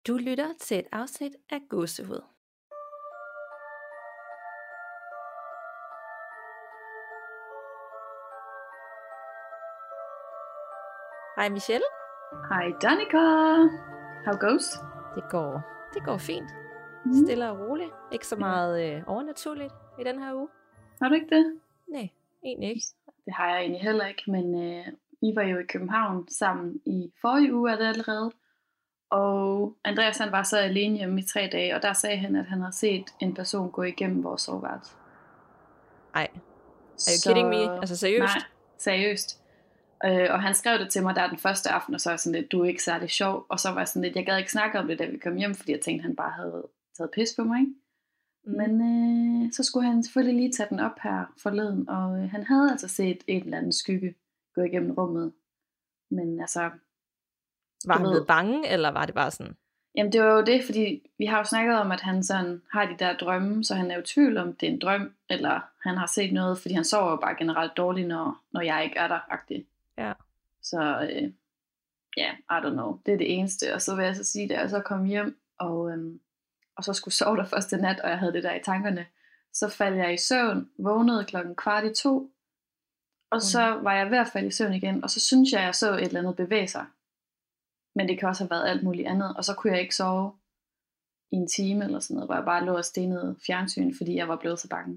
Du lytter til et afsnit af Gåsehud. Hej Michelle. Hej Danica. How goes? Det går fint. Stille og roligt. Ikke så meget overnaturligt i den her uge. Har du ikke det? Nej, egentlig ikke. Det har jeg egentlig heller ikke, men vi var jo i København sammen i forrige uge, er det allerede. Og Andreas han var så alene hjemme i 3 dage, og der sagde han, at han havde set en person gå igennem vores soveværelse. Ej, are you kidding me? Altså seriøst? Nej, seriøst. Og han skrev det til mig der den første aften, og så var jeg sådan lidt, du er ikke særlig sjov. Og så var jeg sådan lidt, jeg gad ikke snakke om det, da vi kom hjem, fordi jeg tænkte, han bare havde taget pis på mig, ikke? Men så skulle han selvfølgelig lige tage den op her forleden, og han havde altså set en eller anden skygge gå igennem rummet. Men altså... Var han blevet bange, eller var det bare sådan? Jamen det var jo det, fordi vi har jo snakket om, at han sådan har de der drømme, så han er jo i tvivl om, det er en drøm, eller han har set noget, fordi han sover jo bare generelt dårligt, når jeg ikke er der-agtigt. Ja. Så I don't know, det er det eneste. Og så vil jeg så sige, da jeg så kom hjem, og så skulle sove der første nat, og jeg havde det der i tankerne, så faldt jeg i søvn, vågnede 1:15, og så var jeg ved at falde i søvn igen, og så synes jeg så et eller andet bevæge sig. Men det kan også have været alt muligt andet, og så kunne jeg ikke sove i en time eller sådan noget, hvor jeg bare lå og stenede fjernsyn, fordi jeg var blevet så bange.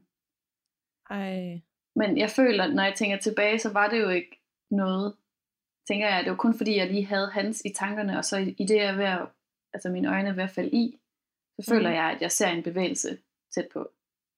Ej. Men jeg føler, når jeg tænker tilbage, så var det jo ikke noget, tænker jeg, det var kun fordi jeg lige havde hans i tankerne, og så i det jeg er ved at, altså mine øjne er ved at falde i, så føler jeg, at jeg ser en bevægelse tæt på.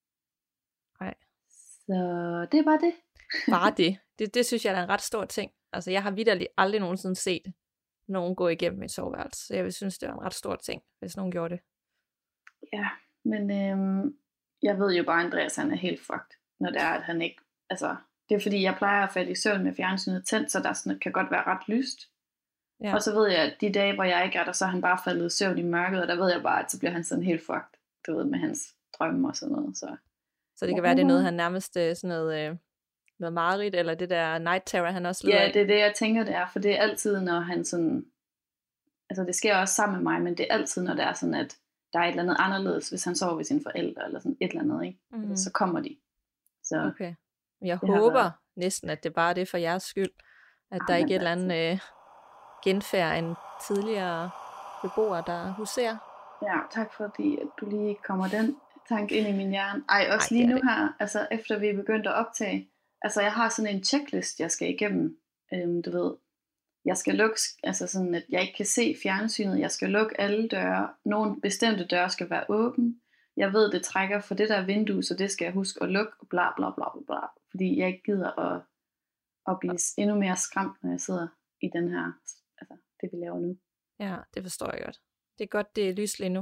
Ej. Så det var det. Bare det synes jeg er en ret stor ting. Altså jeg har vitterligt aldrig nogensinde set nogen gå igennem et soveværelse, så jeg vil synes, det var en ret stor ting, hvis nogen gjorde det. Ja, men jeg ved jo bare, at Andreas han er helt fucked, når det er, at han ikke, altså, det er fordi, jeg plejer at falde i søvn med fjernsynet tændt, så der sådan, kan godt være ret lyst. Ja. Og så ved jeg, at de dage, hvor jeg ikke er der, så er han bare faldet i søvn i mørket, og der ved jeg bare, at så bliver han sådan helt fucked, du ved, med hans drømme og sådan noget. Så det kan være, det er noget, han nærmest sådan noget mareridt, eller det der night terror, han også lider af. Ja, det er det, jeg tænker, det er, for det er altid, når han sådan, altså det sker også sammen med mig, men det er altid, når det er sådan, at der er et eller andet anderledes, hvis han sover ved sine forældre, eller sådan et eller andet, ikke? Mm-hmm. Så kommer de. Så okay. Jeg håber næsten, at det bare er det for jeres skyld, at der ikke er et eller andet genfærd en tidligere beboer, der huserer. Ja, tak fordi at du lige kommer den tanke ind i min hjerne. Også lige nu her, altså efter vi er begyndt at optage, altså jeg har sådan en checklist, jeg skal igennem, du ved, jeg skal lukke, altså sådan at jeg ikke kan se fjernsynet, jeg skal lukke alle døre, nogle bestemte døre skal være åbne, jeg ved det trækker for det der vindue, så det skal jeg huske at lukke, bla bla bla bla, fordi jeg ikke gider at blive endnu mere skræmt, når jeg sidder i den her, altså det vi laver nu. Ja, det forstår jeg godt. Det er godt, det er lyst lige nu.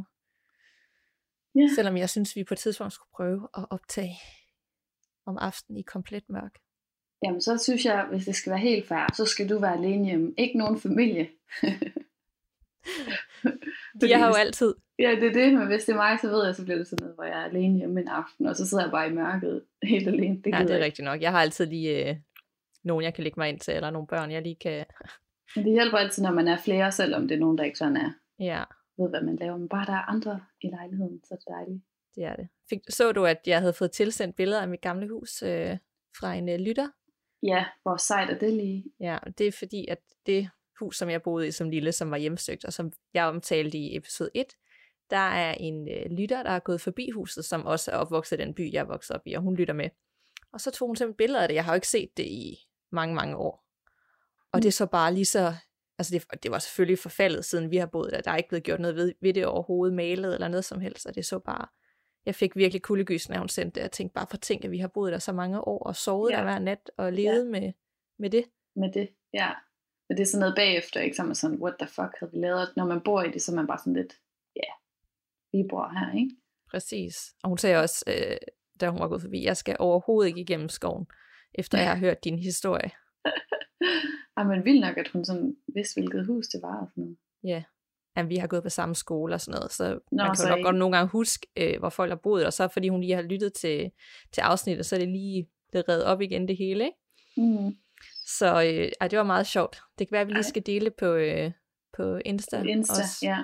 Ja. Selvom jeg synes, vi på et tidspunkt skulle prøve at optage om aftenen i komplet mørk. Jamen så synes jeg, hvis det skal være helt fair, så skal du være alene hjemme. Ikke nogen familie. Jeg har jo altid. Ja, det er det, men hvis det er mig, så ved jeg, så bliver det sådan noget, hvor jeg er alene hjemme en aften, og så sidder jeg bare i mørket helt alene. Det er rigtigt nok. Jeg har altid lige nogen, jeg kan lægge mig ind til, eller nogle børn, jeg lige kan... Men det hjælper altid, når man er flere, selvom det er nogen, der ikke sådan er. Ja. Ved, hvad man laver, men bare der er andre i lejligheden, så er det dejligt. Det er det. Så du, at jeg havde fået tilsendt billeder af mit gamle hus fra en lytter? Ja, hvor sejt er det lige? Ja, det er fordi, at det hus, som jeg boede i som lille, som var hjemsøgt, og som jeg omtalte i episode 1, der er en lytter, der er gået forbi huset, som også er opvokset i den by, jeg er vokset op i, og hun lytter med. Og så tog hun simpelthen billeder af det. Jeg har jo ikke set det i mange, mange år. Og det er så bare lige så... Altså det var selvfølgelig forfaldet, siden vi har boet der. Der er ikke blevet gjort noget ved det overhovedet, malet eller noget som helst. Og det så bare... Jeg fik virkelig kuldegys, når hun sendte det. Jeg tænkte bare for tænk, at vi har boet der så mange år, og sovet der hver nat, og levet med det. Med det, ja. Men det er sådan noget bagefter, ikke? Så man sådan, what the fuck havde vi lavet? Når man bor i det, så er man bare sådan lidt, vi bor her, ikke? Præcis. Og hun sagde også, da hun var gået forbi, jeg skal overhovedet ikke igennem skoven, efter jeg har hørt din historie. Men vildt nok, at hun sådan vidste, hvilket hus det var og sådan noget. Ja, at vi har gået på samme skole og sådan noget, så man kan jo nok godt nogle gange huske, hvor folk har boet, og så fordi hun lige har lyttet til afsnittet, så er det lige det reddet op igen det hele, ikke? Mm. Så det var meget sjovt. Det kan være, at vi lige skal dele på Insta også. Ja.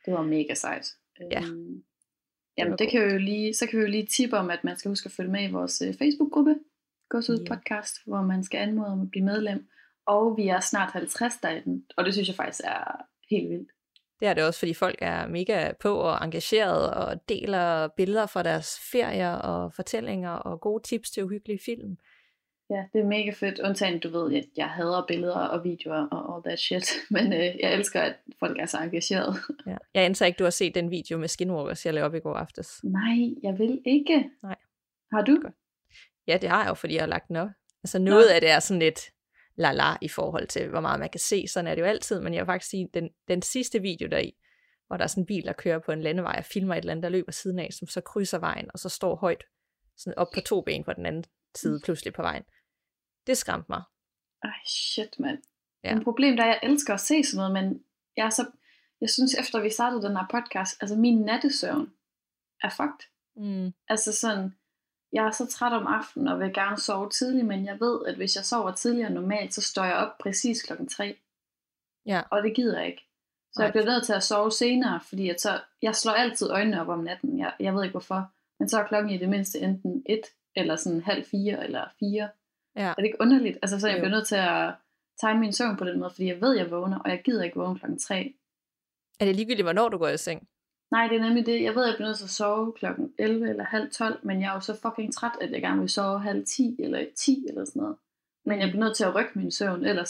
Det var mega sejt. Ja. Jamen det kan vi jo lige, så kan vi jo lige tippe om, at man skal huske at følge med i vores Facebook-gruppe, Gåsehud Podcast, hvor man skal anmode om at blive medlem. Og vi er snart 50 derinde, og det synes jeg faktisk er helt vildt. Det er det også, fordi folk er mega på og engageret og deler billeder fra deres ferier og fortællinger og gode tips til uhyggelige film. Ja, det er mega fedt. Undtagen, du ved, at jeg hader billeder og videoer og all that shit. Men jeg elsker, at folk er så engagerede. Ja. Jeg antager ikke, du har set den video med Skinwalkers, jeg lavede op i går aftes. Nej, jeg vil ikke. Nej. Har du? Ja, det har jeg jo, fordi jeg har lagt den op. Altså noget af det er sådan lidt la i forhold til, hvor meget man kan se. Sådan er det jo altid. Men jeg vil faktisk sige, den sidste video deri, hvor der er sådan en bil, der kører på en landevej og filmer et eller andet, der løber siden af, som så krydser vejen, og så står højt sådan op på 2 ben på den anden side pludselig på vejen. Det skræmte mig. Ej, shit, mand. Ja. Det problem der er, jeg elsker at se sådan noget, men jeg synes, efter vi startede den her podcast, altså min nattesøvn er fucked. Altså sådan, jeg er så træt om aftenen, og vil gerne sove tidligt, men jeg ved, at hvis jeg sover tidligere normalt, så står jeg op præcis 3:00. Ja. Og det gider jeg ikke. Så jeg bliver nødt til at sove senere, fordi jeg slår altid øjnene op om natten. Jeg ved ikke hvorfor. Men så er klokken i det mindste enten 1, eller sådan 3:30 eller 4. Ja. Er det ikke underligt? Altså så jeg bliver nødt til at time min søvn på den måde, fordi jeg ved, jeg vågner, og jeg gider ikke vågne 3:00. Er det ligegyldigt, hvornår du går i seng? Nej, det er nemlig det. Jeg ved, jeg bliver nødt til at sove 11 eller 11:30, men jeg er jo så fucking træt, at jeg gerne vil sove 9:30 eller 10 eller sådan noget. Men jeg bliver nødt til at rykke min søvn, ellers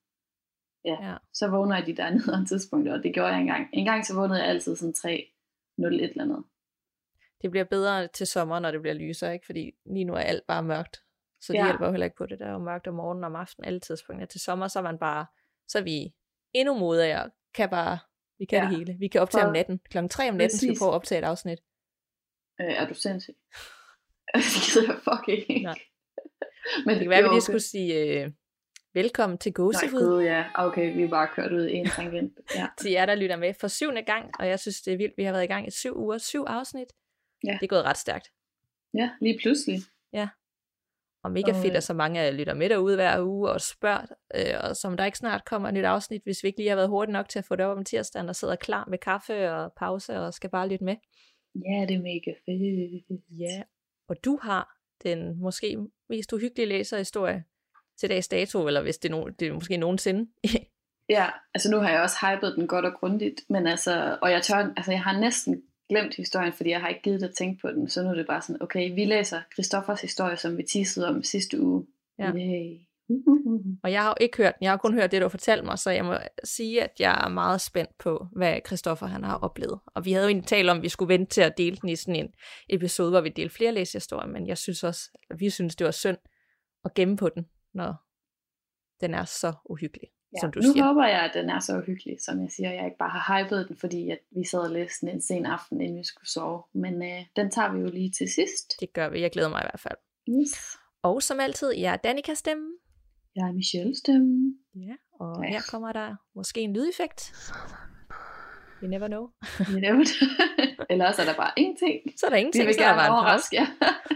så vågner jeg de der nederen tidspunkter, og det gjorde jeg engang. En gang så vågnede jeg altid sådan 3:01 eller noget. Det bliver bedre til sommer, når det bliver lysere, ikke? Fordi lige nu er alt bare mørkt. Så det hjælper jo heller ikke på det. Der er jo mørkt om morgenen og om aftenen, alle tidspunkter. Til sommer, så er vi endnu modigere. Vi kan det hele. Vi kan optage om natten. 3:00 om natten skal vi prøve at optage et afsnit. Er du sindssyg? Det gider jeg fucking ikke. Nej. Men det kan være, at vi lige skulle sige velkommen til Gåsehud. Nej, gud, ja. Okay, vi er bare kørt ud i en tangent. Ja. Til jer, der lytter med for 7. gang, og jeg synes, det er vildt. Vi har været i gang i 7 uger, 7 afsnit. Ja. Det er gået ret stærkt. Ja, lige pludselig. Ja. Og mega fedt, at så mange lytter med derude hver uge og spørger, og som der ikke snart kommer et nyt afsnit, hvis vi ikke lige har været hurtigt nok til at få det op om tirsdagen og sidder klar med kaffe og pause og skal bare lytte med. Ja, det er mega fedt. Ja, og du har den måske mest uhyggelige læserhistorie til dags dato, eller hvis det er måske nogensinde. Ja, altså nu har jeg også hypet den godt og grundigt, men og jeg har næsten glemt historien, fordi jeg har ikke givet at tænke på den, så nu er det bare sådan, okay, vi læser Christoffers historie, som vi teasede om sidste uge. Ja. Og jeg har jo ikke hørt den, jeg har kun hørt det, du har fortalt mig, så jeg må sige, at jeg er meget spændt på, hvad Christoffer han har oplevet. Og vi havde jo egentlig talt om, at vi skulle vente til at dele den i sådan en episode, hvor vi delte flere læsehistorier, men vi synes, det var synd at gemme på den, når den er så uhyggelig. Ja, som du nu siger. håber jeg, at den er så uhyggelig, som jeg siger. Jeg ikke bare har hypet den, fordi at vi sad og læste den en sen aften, inden vi skulle sove. Men den tager vi jo lige til sidst. Det gør vi. Jeg glæder mig i hvert fald. Yes. Og som altid, jeg er Danika stemme. Jeg er Michelle stemme. Ja, og her kommer der måske en lydeffekt. You never know. You never know. Eller også er der bare ingenting. Så er der ingenting, vi vil så er der gerne bare en overraske jer.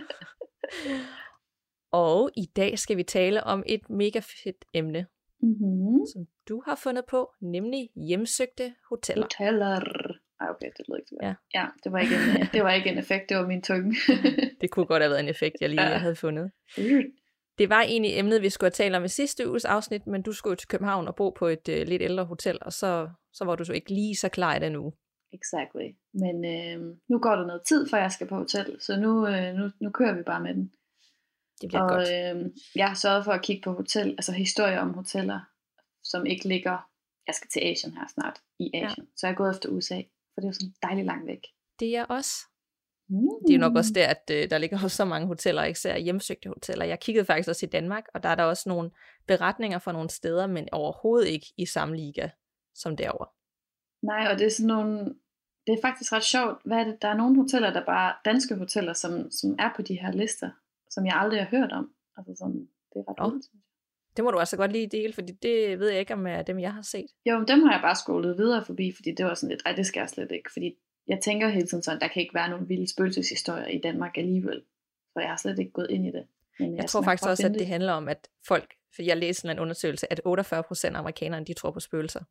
Og i dag skal vi tale om et mega fedt emne, som du har fundet på, nemlig hjemsøgte hoteller. Okay, det lød ikke så godt. Ja, det var ikke en effekt, det var min tunge. Det kunne godt have været en effekt, jeg lige havde fundet. Det var egentlig emnet, vi skulle have talt om i sidste uges afsnit, men du skulle til København og bo på et lidt ældre hotel, og så var du så ikke lige så klar i den uge. Exactly. Men nu går der noget tid, før jeg skal på hotel, så nu kører vi bare med den. Det bliver godt. Jeg har sørget for at kigge på historier om hoteller, som ikke ligger, jeg skal til Asien her snart, i Asien. Så jeg er gået efter USA, for det er jo sådan dejligt langt væk. Det er også. Det er jo nok også der, at der ligger så mange hoteller, især hjemsøgte hoteller. Jeg kiggede faktisk også i Danmark, og der er der også nogle beretninger fra nogle steder, men overhovedet ikke i samme liga som derovre. Nej, og det er sådan nogle, det er faktisk ret sjovt. Hvad er det? Der er nogle hoteller, der bare danske hoteller, som er på de her lister, som jeg aldrig har hørt om. Altså sådan, det er ret vildt. Det må du altså godt lige dele, fordi det ved jeg ikke, om er dem, jeg har set. Jo, men dem har jeg bare scrollet videre forbi, fordi det var sådan lidt, det skal jeg slet ikke, fordi jeg tænker hele tiden sådan, der kan ikke være nogen vilde spøgelseshistorier i Danmark alligevel, så jeg har slet ikke gået ind i det. Men jeg tror faktisk også, at det handler om, at folk, for jeg læste en undersøgelse, at 48% af amerikanerne, de tror på spøgelser.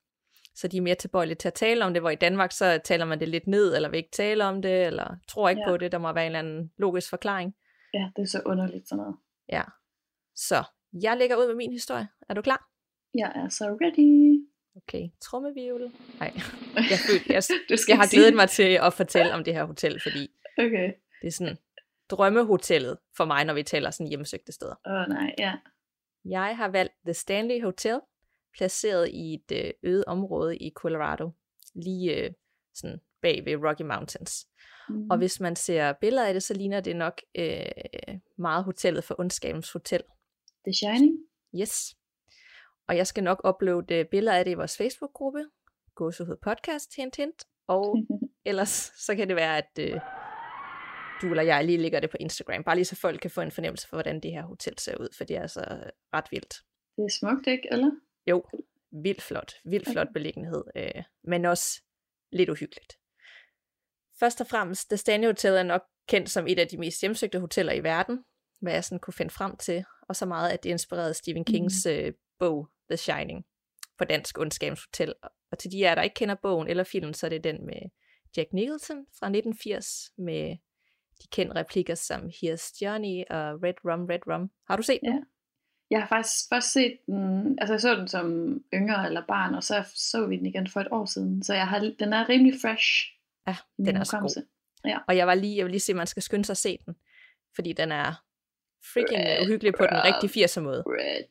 Så de er mere tilbøjelige til at tale om det, hvor i Danmark så taler man det lidt ned, eller vil ikke tale om det, eller tror ikke på det. Der må være en eller anden logisk forklaring. Ja, det er så underligt sådan noget. Ja. Så jeg lægger ud med min historie. Er du klar? Jeg er så ready. Okay, trommevirvel. Nej, jeg har glædet mig til at fortælle om det her hotel, fordi det er sådan drømmehotellet for mig, når vi taler sådan hjemsøgte steder. Nej, ja. Jeg har valgt The Stanley Hotel, placeret i et øde område i Colorado, lige sådan bag ved Rocky Mountains. Og hvis man ser billeder af det, så ligner det nok meget hotellet for Ondskabens Hotel. The Shining? Yes. Og jeg skal nok uploade billeder af det i vores Facebook-gruppe, Gåsehud Podcast, hint hint. Og ellers så kan det være, at du eller jeg lige lægger det på Instagram, bare lige så folk kan få en fornemmelse for, hvordan det her hotel ser ud, for det er altså ret vildt. Det er smukt, ikke? Eller? Jo, vildt flot beliggenhed, men også lidt uhyggeligt. Først og fremmest, The Stanley Hotel er nok kendt som et af de mest hjemsøgte hoteller i verden, hvad jeg sådan kunne finde frem til, og så meget, at det inspirerede Stephen Kings bog The Shining, på dansk Ondskabens Hotel. Og til de jer, der ikke kender bogen eller filmen, så er det den med Jack Nicholson fra 1980, med de kendte replikker som Here's Johnny og Red Rum, Red Rum. Har du set den? Ja. Jeg har faktisk først set den, altså jeg så den som yngre eller barn, og så vi den igen for et år siden, så den er rimelig fresh. Ja, den er så god. Ja. Og jeg vil lige se, at man skal skynde sig at se den, fordi den er freaking uhyggelig på den rigtige 80'er måde. Red.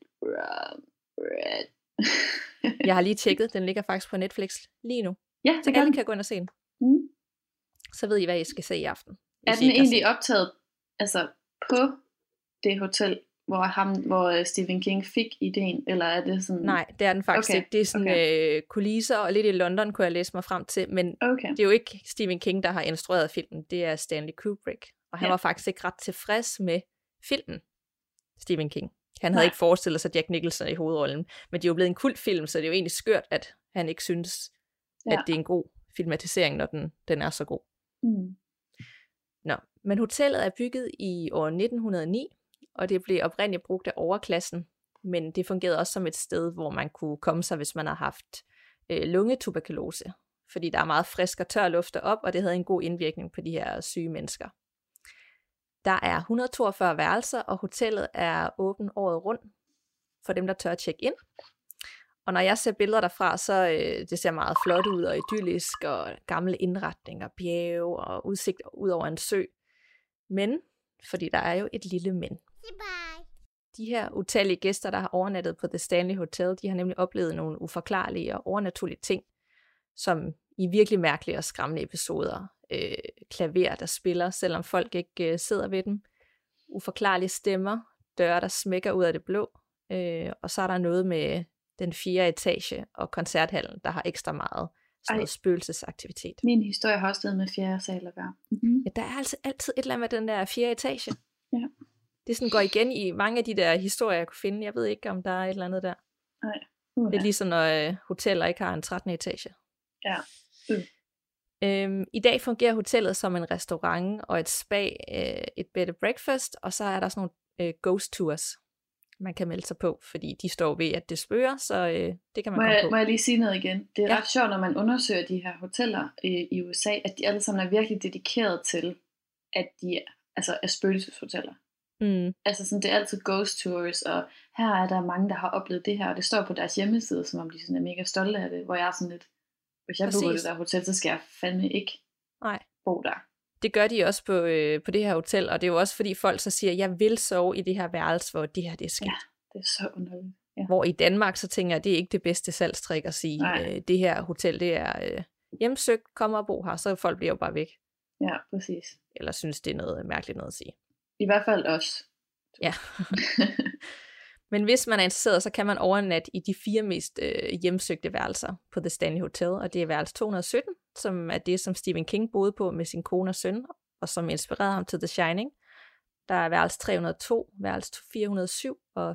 Jeg har lige tjekket, den ligger faktisk på Netflix lige nu. Ja, det så alle kan gå ind og se den. Så ved I, hvad I skal se i aften. Er den egentlig optaget altså på det hotel, hvor Stephen King fik ideen, eller er det sådan? Nej, det er den faktisk ikke. Det er sådan kulisser, og lidt i London kunne jeg læse mig frem til, men det er jo ikke Stephen King, der har instrueret filmen, det er Stanley Kubrick, og han var faktisk ikke ret tilfreds med filmen, Stephen King. Han havde ikke forestillet sig Jack Nicholson i hovedrollen, men det er jo blevet en kultfilm, så det er jo egentlig skørt, at han ikke synes, at det er en god filmatisering, når den er så god. Nå, men hotellet er bygget i år 1909, og det blev oprindeligt brugt af overklassen, men det fungerede også som et sted, hvor man kunne komme sig, hvis man har haft lungetuberkulose, fordi der er meget frisk og tør luft op, og det havde en god indvirkning på de her syge mennesker. Der er 142 værelser, og hotellet er åbent året rundt for dem, der tør at tjekke ind. Og når jeg ser billeder derfra, så det ser meget flot ud og idyllisk, og gamle indretninger, bjerge og udsigt ud over en sø. Men, fordi der er jo et lille men. De her utallige gæster, der har overnattet på The Stanley Hotel, de har nemlig oplevet nogle uforklarlige og overnaturlige ting, som i virkelig mærkelige og skræmmende episoder. Klaver, der spiller, selvom folk ikke sidder ved dem. Uforklarlige stemmer, døre, der smækker ud af det blå. Og så er der noget med den 4. etage og koncerthallen, der har ekstra meget sådan noget spøgelsesaktivitet. Min historie har også været med 4. sal at gøre. Ja, der er altså altid et eller andet med den der 4. etage. Ja. Det sådan går igen i mange af de der historier, jeg kunne finde. Jeg ved ikke, om der er et eller andet der. Nej. Det er ligesom, når hoteller ikke har en 13. etage. Ja. I dag fungerer hotellet som en restaurant og et spa, et bed and breakfast, og så er der sådan nogle ghost tours, man kan melde sig på, fordi de står ved, at det spøger, så det kan man komme på. Må jeg lige sige noget igen? Det er ret sjovt, når man undersøger de her hoteller i USA, at de alle sammen er virkelig dedikeret til, at de er spøgelseshoteller. Altså sådan, det er altid ghost tours, og her er der mange, der har oplevet det her, og det står på deres hjemmeside, som om de sådan er mega stolte af det, hvor jeg er sådan lidt, hvis jeg booker det der hotel, så skal jeg fandme ikke bo der. Det gør de også på det her hotel, og det er jo også fordi folk så siger, jeg vil sove i det her værelse, hvor det her det er sket. Ja, det er så underligt. Ja. Hvor i Danmark så tænker jeg, det er ikke det bedste salgstrik at sige, det her hotel, det er hjemsøgt, kom og bo her, så folk bliver jo bare væk. Ja, præcis. Eller synes det er noget mærkeligt noget at sige. I hvert fald også. Ja. Men hvis man er interesseret, så kan man overnatte i de 4 mest hjemsøgte værelser på The Stanley Hotel, og det er værelse 217, som er det, som Stephen King boede på med sin kone og søn, og som inspirerede ham til The Shining. Der er værelse 302, værelse 407 og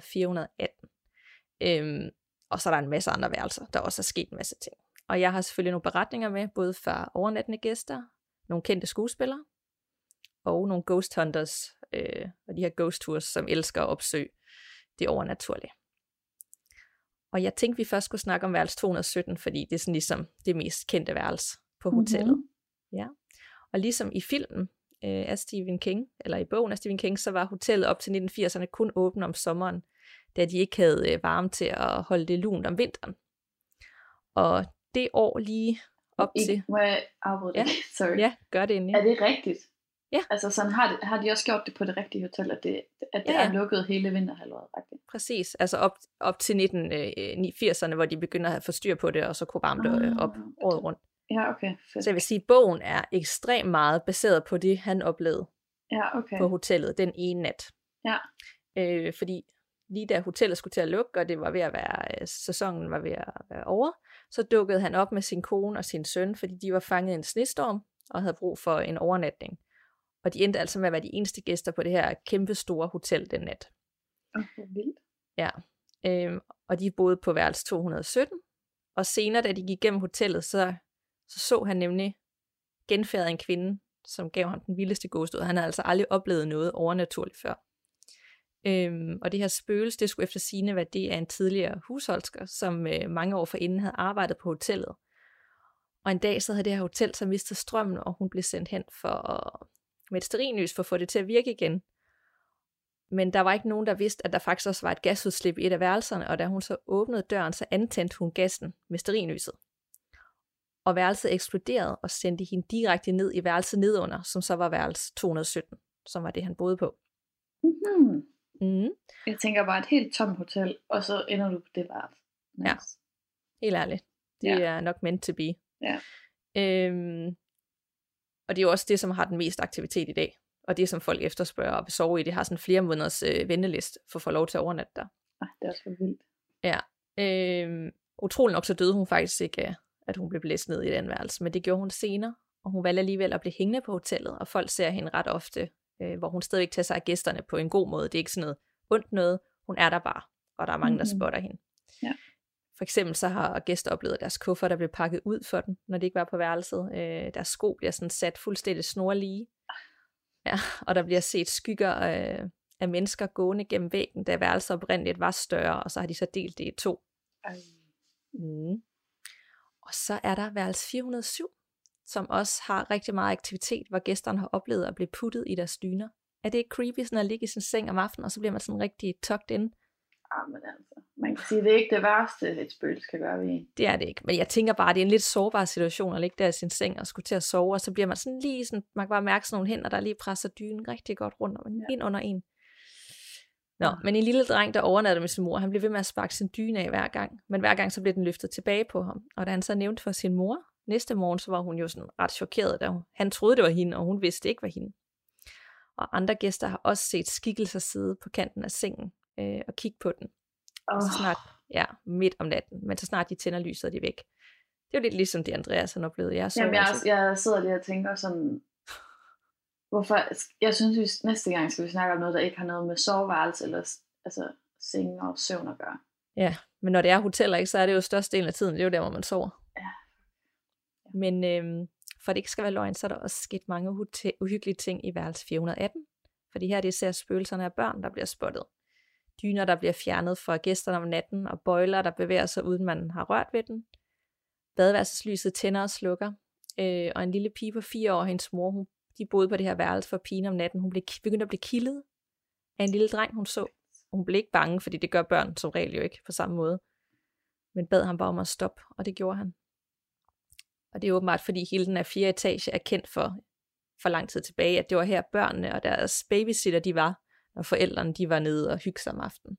418. Og så er der en masse andre værelser, der også er sket en masse ting. Og jeg har selvfølgelig nogle beretninger med, både fra overnattende gæster, nogle kendte skuespillere, og nogle ghost hunters, og de her ghost tours, som elsker at opsøge det overnaturlige. Og jeg tænkte, vi først skulle snakke om værelse 217, fordi det er sådan ligesom det mest kendte værelse på hotellet. Ja. Og ligesom i filmen af Stephen King, eller i bogen af Stephen King, så var hotellet op til 1980'erne kun åbent om sommeren, da de ikke havde varme til at holde det lunt om vinteren. Og det år lige op til... Må jeg afbryde det? Sorry. Ja, gør det endelig. Er det rigtigt? Ja. Altså sådan har de også gjort det på det rigtige hotel, at det er lukket hele vinterhalvåret, rigtigt? Præcis, altså op til 1980'erne, hvor de begynder at få styr på det, og så kunne varme det op året rundt. Ja, okay. Fedt. Så jeg vil sige, at bogen er ekstremt meget baseret på det, han oplevede på hotellet den ene nat. Ja. Fordi lige da hotellet skulle til at lukke, og det var ved at være, sæsonen var ved at være over, så dukkede han op med sin kone og sin søn, fordi de var fanget i en snestorm, og havde brug for en overnatning. Og de endte altså med at være de eneste gæster på det her kæmpe store hotel den nat. Okay, vildt. Ja, og de boede på værelse 217, og senere, da de gik gennem hotellet, så han nemlig genfærdet en kvinde, som gav ham den vildeste gåsehud. Han havde altså aldrig oplevet noget overnaturligt før. Og det her spøgelse, det skulle efter sigende være det af en tidligere husholderske, som mange år forinden havde arbejdet på hotellet. Og en dag så havde det her hotel så mistet strømmen, og hun blev sendt hen med et stearinlys for at få det til at virke igen. Men der var ikke nogen, der vidste, at der faktisk også var et gasudslip i et af værelserne, og da hun så åbnede døren, så antændte hun gassen med stearinlyset. Og værelset eksploderede og sendte hende direkte ned i værelset nedunder, som så var værelse 217, som var det, han boede på. Jeg tænker bare et helt tomt hotel, og så ender du på det værelse. Nice. Ja, helt ærligt. Det er nok meant to be. Ja. Og det er jo også det, som har den mest aktivitet i dag. Og det, som folk efterspørger og vil sove i, det har sådan flere måneders venteliste for at få lov til at overnatte der. Det er også for vildt. Ja. Utrolig nok så døde hun faktisk ikke af, at hun blev blæst ned i den værelse, men det gjorde hun senere, og hun valgte alligevel at blive hængende på hotellet, og folk ser hende ret ofte, hvor hun stadigvæk tager sig af gæsterne på en god måde. Det er ikke sådan noget ondt noget, hun er der bare, og der er mange, der spotter hende. Ja. For eksempel så har gæster oplevet, at deres kuffer, der blev pakket ud for den, når de ikke var på værelset. Deres sko bliver sådan sat fuldstændig snorlige. Ja, og der bliver set skygger af mennesker gående gennem væggen, da værelset oprindeligt var større, og så har de så delt det i 2. Og så er der værelse 407, som også har rigtig meget aktivitet, hvor gæsterne har oplevet at blive puttet i deres dyner. Er det ikke creepy, sådan at ligge i sin seng om aftenen, og så bliver man sådan rigtig tucked in? Men altså, man kan sige, det er ikke det værste, et spøgelse kan gøre ved en. Det er det ikke, men jeg tænker bare, at det er en lidt sårbar situation at ligge der i sin seng og skulle til at sove, og så bliver man sådan lige sådan, man kan bare mærke sådan nogle hænder, der lige presser dynen rigtig godt rundt ind under en. Men en lille dreng, der overnattede med sin mor, han blev ved med at sparke sin dyne af hver gang, men hver gang så blev den løftet tilbage på ham, og da han så nævnte for sin mor, næste morgen, så var hun jo sådan ret chokeret, da han troede, det var hende, og hun vidste det ikke var hende. Og andre gæster har også set skikkelser sidde på kanten af sengen og kigge på den. Og så snart, midt om natten, men så snart de tænder lyset, er de væk. Det er jo lidt ligesom det, Andreas han oplevede. Jeg sidder lige og tænker sådan, hvorfor, jeg synes næste gang skal vi snakke om noget, der ikke har noget med soveværelse eller altså seng og søvn at gøre. Ja, men når det er hoteller, ikke, så er det jo størstedelen af tiden, det er jo der, hvor man sover. Ja. Men for det ikke skal være løgn, så er der også sket mange uhyggelige ting i værelse 418. Fordi her er det især spøgelserne af børn, der bliver spottet. Dyner, der bliver fjernet fra gæsterne om natten, og bøjler, der bevæger sig, uden man har rørt ved den. Badeværelseslyset tænder og slukker. Og en lille pige på 4 år, hendes mor, de boede på det her værelse for pigen om natten. Hun begyndte at blive kildet af en lille dreng, hun så. Hun blev ikke bange, fordi det gør børn som regel jo ikke på samme måde. Men bad ham bare om at stoppe, og det gjorde han. Og det er åbenbart, fordi hele den her 4. etage er kendt for lang tid tilbage, at det var her børnene og deres babysitter, de var, og forældrene, de var nede og hygge sig om aftenen.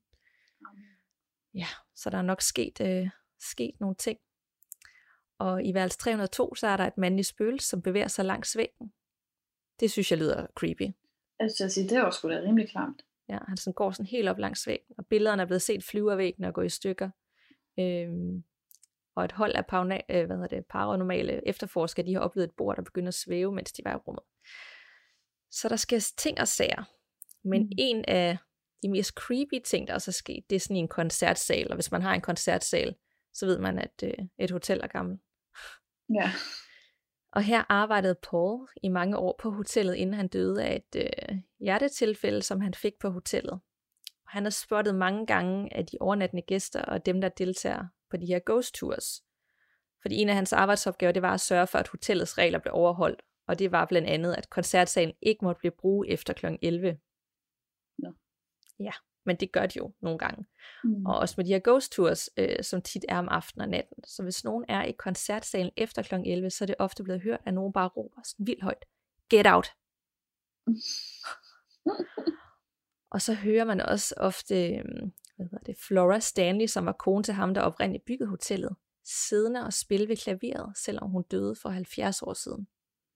Ja, så der er nok sket nogle ting. Og i værelse 302, så er der et mandligt spøgelse, som bevæger sig langs væggen. Det synes jeg lyder creepy. Altså jeg siger, det var sgu da rimelig klamt. Ja, han sådan går sådan helt op langs væggen, og billederne er blevet set flyve af væggen og gå i stykker. Og et hold af paranormale efterforskere, de har oplevet et bord, der begynder at svæve, mens de var i rummet. Så der sker ting og sager. Men en af de mest creepy ting, der også er sket, det er sådan i en koncertsal. Og hvis man har en koncertsal, så ved man, at et hotel er gammelt. Ja. Og her arbejdede Paul i mange år på hotellet, inden han døde af et hjertetilfælde, som han fik på hotellet. Og han har spottet mange gange af de overnattende gæster og dem, der deltager på de her ghost tours. Fordi en af hans arbejdsopgaver, det var at sørge for, at hotellets regler blev overholdt. Og det var blandt andet, at koncertsalen ikke måtte blive brugt efter kl. 11. Ja. Ja, men det gør de jo nogle gange. Og også med de her ghost tours, som tit er om aftenen og natten. Så hvis nogen er i koncertsalen efter kl. 11, så er det ofte blevet hørt, at nogen bare råber sådan vildt højt, get out! Og så hører man også ofte, Flora Stanley, som var kone til ham, der oprindeligt byggede hotellet, siddende og spille ved klaveret, selvom hun døde for 70 år siden.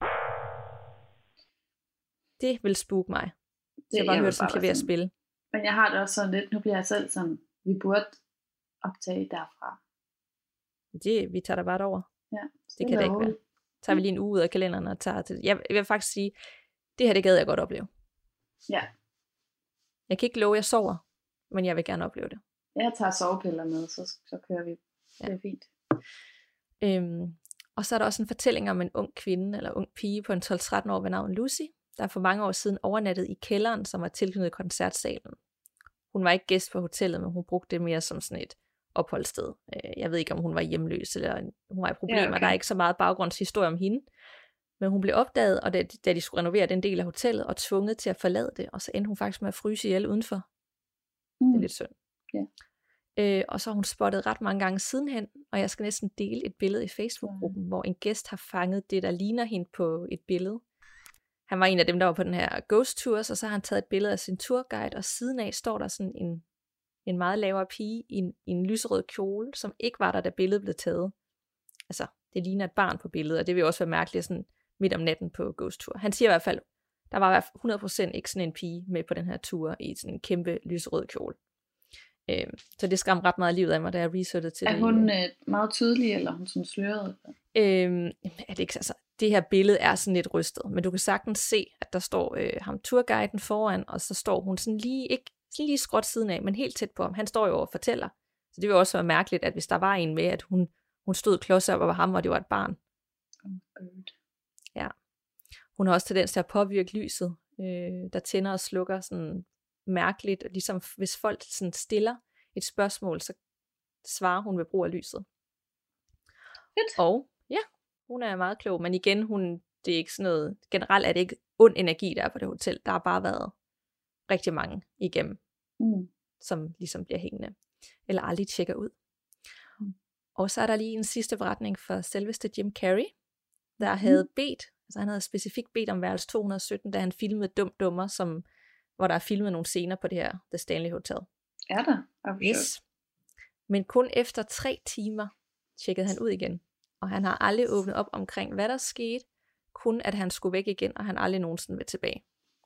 Det vil spooke mig. Jeg bare hørte sådan klaver spille. Men jeg har det også sådan lidt, nu bliver jeg selv sådan, vi burde optage derfra. Vi tager da bare over. Ja, det kan det ikke være. Tager vi lige en uge ud af kalenderen og tager til det. Jeg vil faktisk sige, det her det gad jeg godt opleve. Ja. Jeg kan ikke love, at jeg sover, men jeg vil gerne opleve det. Jeg tager sovepiller med, så kører vi. Ja. Det er fint. Og så er der også en fortælling om en ung kvinde, eller ung pige på en 12-13 år ved navn Lucy, der for mange år siden overnattede i kælderen, som var tilknyttet koncertsalen. Hun var ikke gæst på hotellet, men hun brugte det mere som sådan et opholdssted. Jeg ved ikke, om hun var hjemløs, eller hun var i problemer. Ja, okay. Der er ikke så meget baggrundshistorie om hende. Men hun blev opdaget, og da de skulle renovere den del af hotellet, og tvunget til at forlade det, og så endte hun faktisk med at fryse ihjel udenfor. Det er lidt synd. Yeah. Og så har hun spottet ret mange gange sidenhen, og jeg skal næsten dele et billede i Facebook-gruppen, hvor en gæst har fanget det, der ligner hende på et billede. Han var en af dem, der var på den her ghost tours, og så har han taget et billede af sin turguide, og siden af står der sådan en meget lavere pige i en lyserød kjole, som ikke var der, da billedet blev taget. Altså, det ligner et barn på billedet, og det vil også være mærkeligt sådan midt om natten på ghost tour. Han siger i hvert fald, der var i hvert fald 100% ikke sådan en pige med på den her tur i sådan en kæmpe lyserød kjole. Så det skræmte ret meget livet af mig, da jeg researchede til det. Er hun meget tydelig, eller hun sådan sløret? Er det ikke, altså, det her billede er sådan lidt rystet, men du kan sagtens se, at der står ham turguiden foran, og så står hun sådan lige skråt siden af, men helt tæt på ham. Han står jo og fortæller. Så det vil også være mærkeligt, at hvis der var en med, at hun stod klods op over ham, og det var et barn. Ja. Hun har også tendens til at påvirke lyset, der tænder og slukker sådan mærkeligt, ligesom hvis folk sådan stiller et spørgsmål, så svarer hun ved brug af lyset. Og ja, hun er meget klog, men igen, det er ikke sådan noget, generelt er det ikke ond energi, der er på det hotel, der har bare været rigtig mange igennem, som ligesom bliver hængende, eller aldrig tjekker ud. Og så er der lige en sidste beretning for selveste Jim Carrey, der havde bedt, altså han havde specifikt bedt om værelse 217, da han filmede Dum Dummer, hvor der er filmet nogle scener på det her The Stanley Hotel. Er der? Yes. Men kun efter 3 timer tjekkede han ud igen. Og han har aldrig åbnet op omkring, hvad der skete. Kun at han skulle væk igen, og han aldrig nogensinde vil tilbage.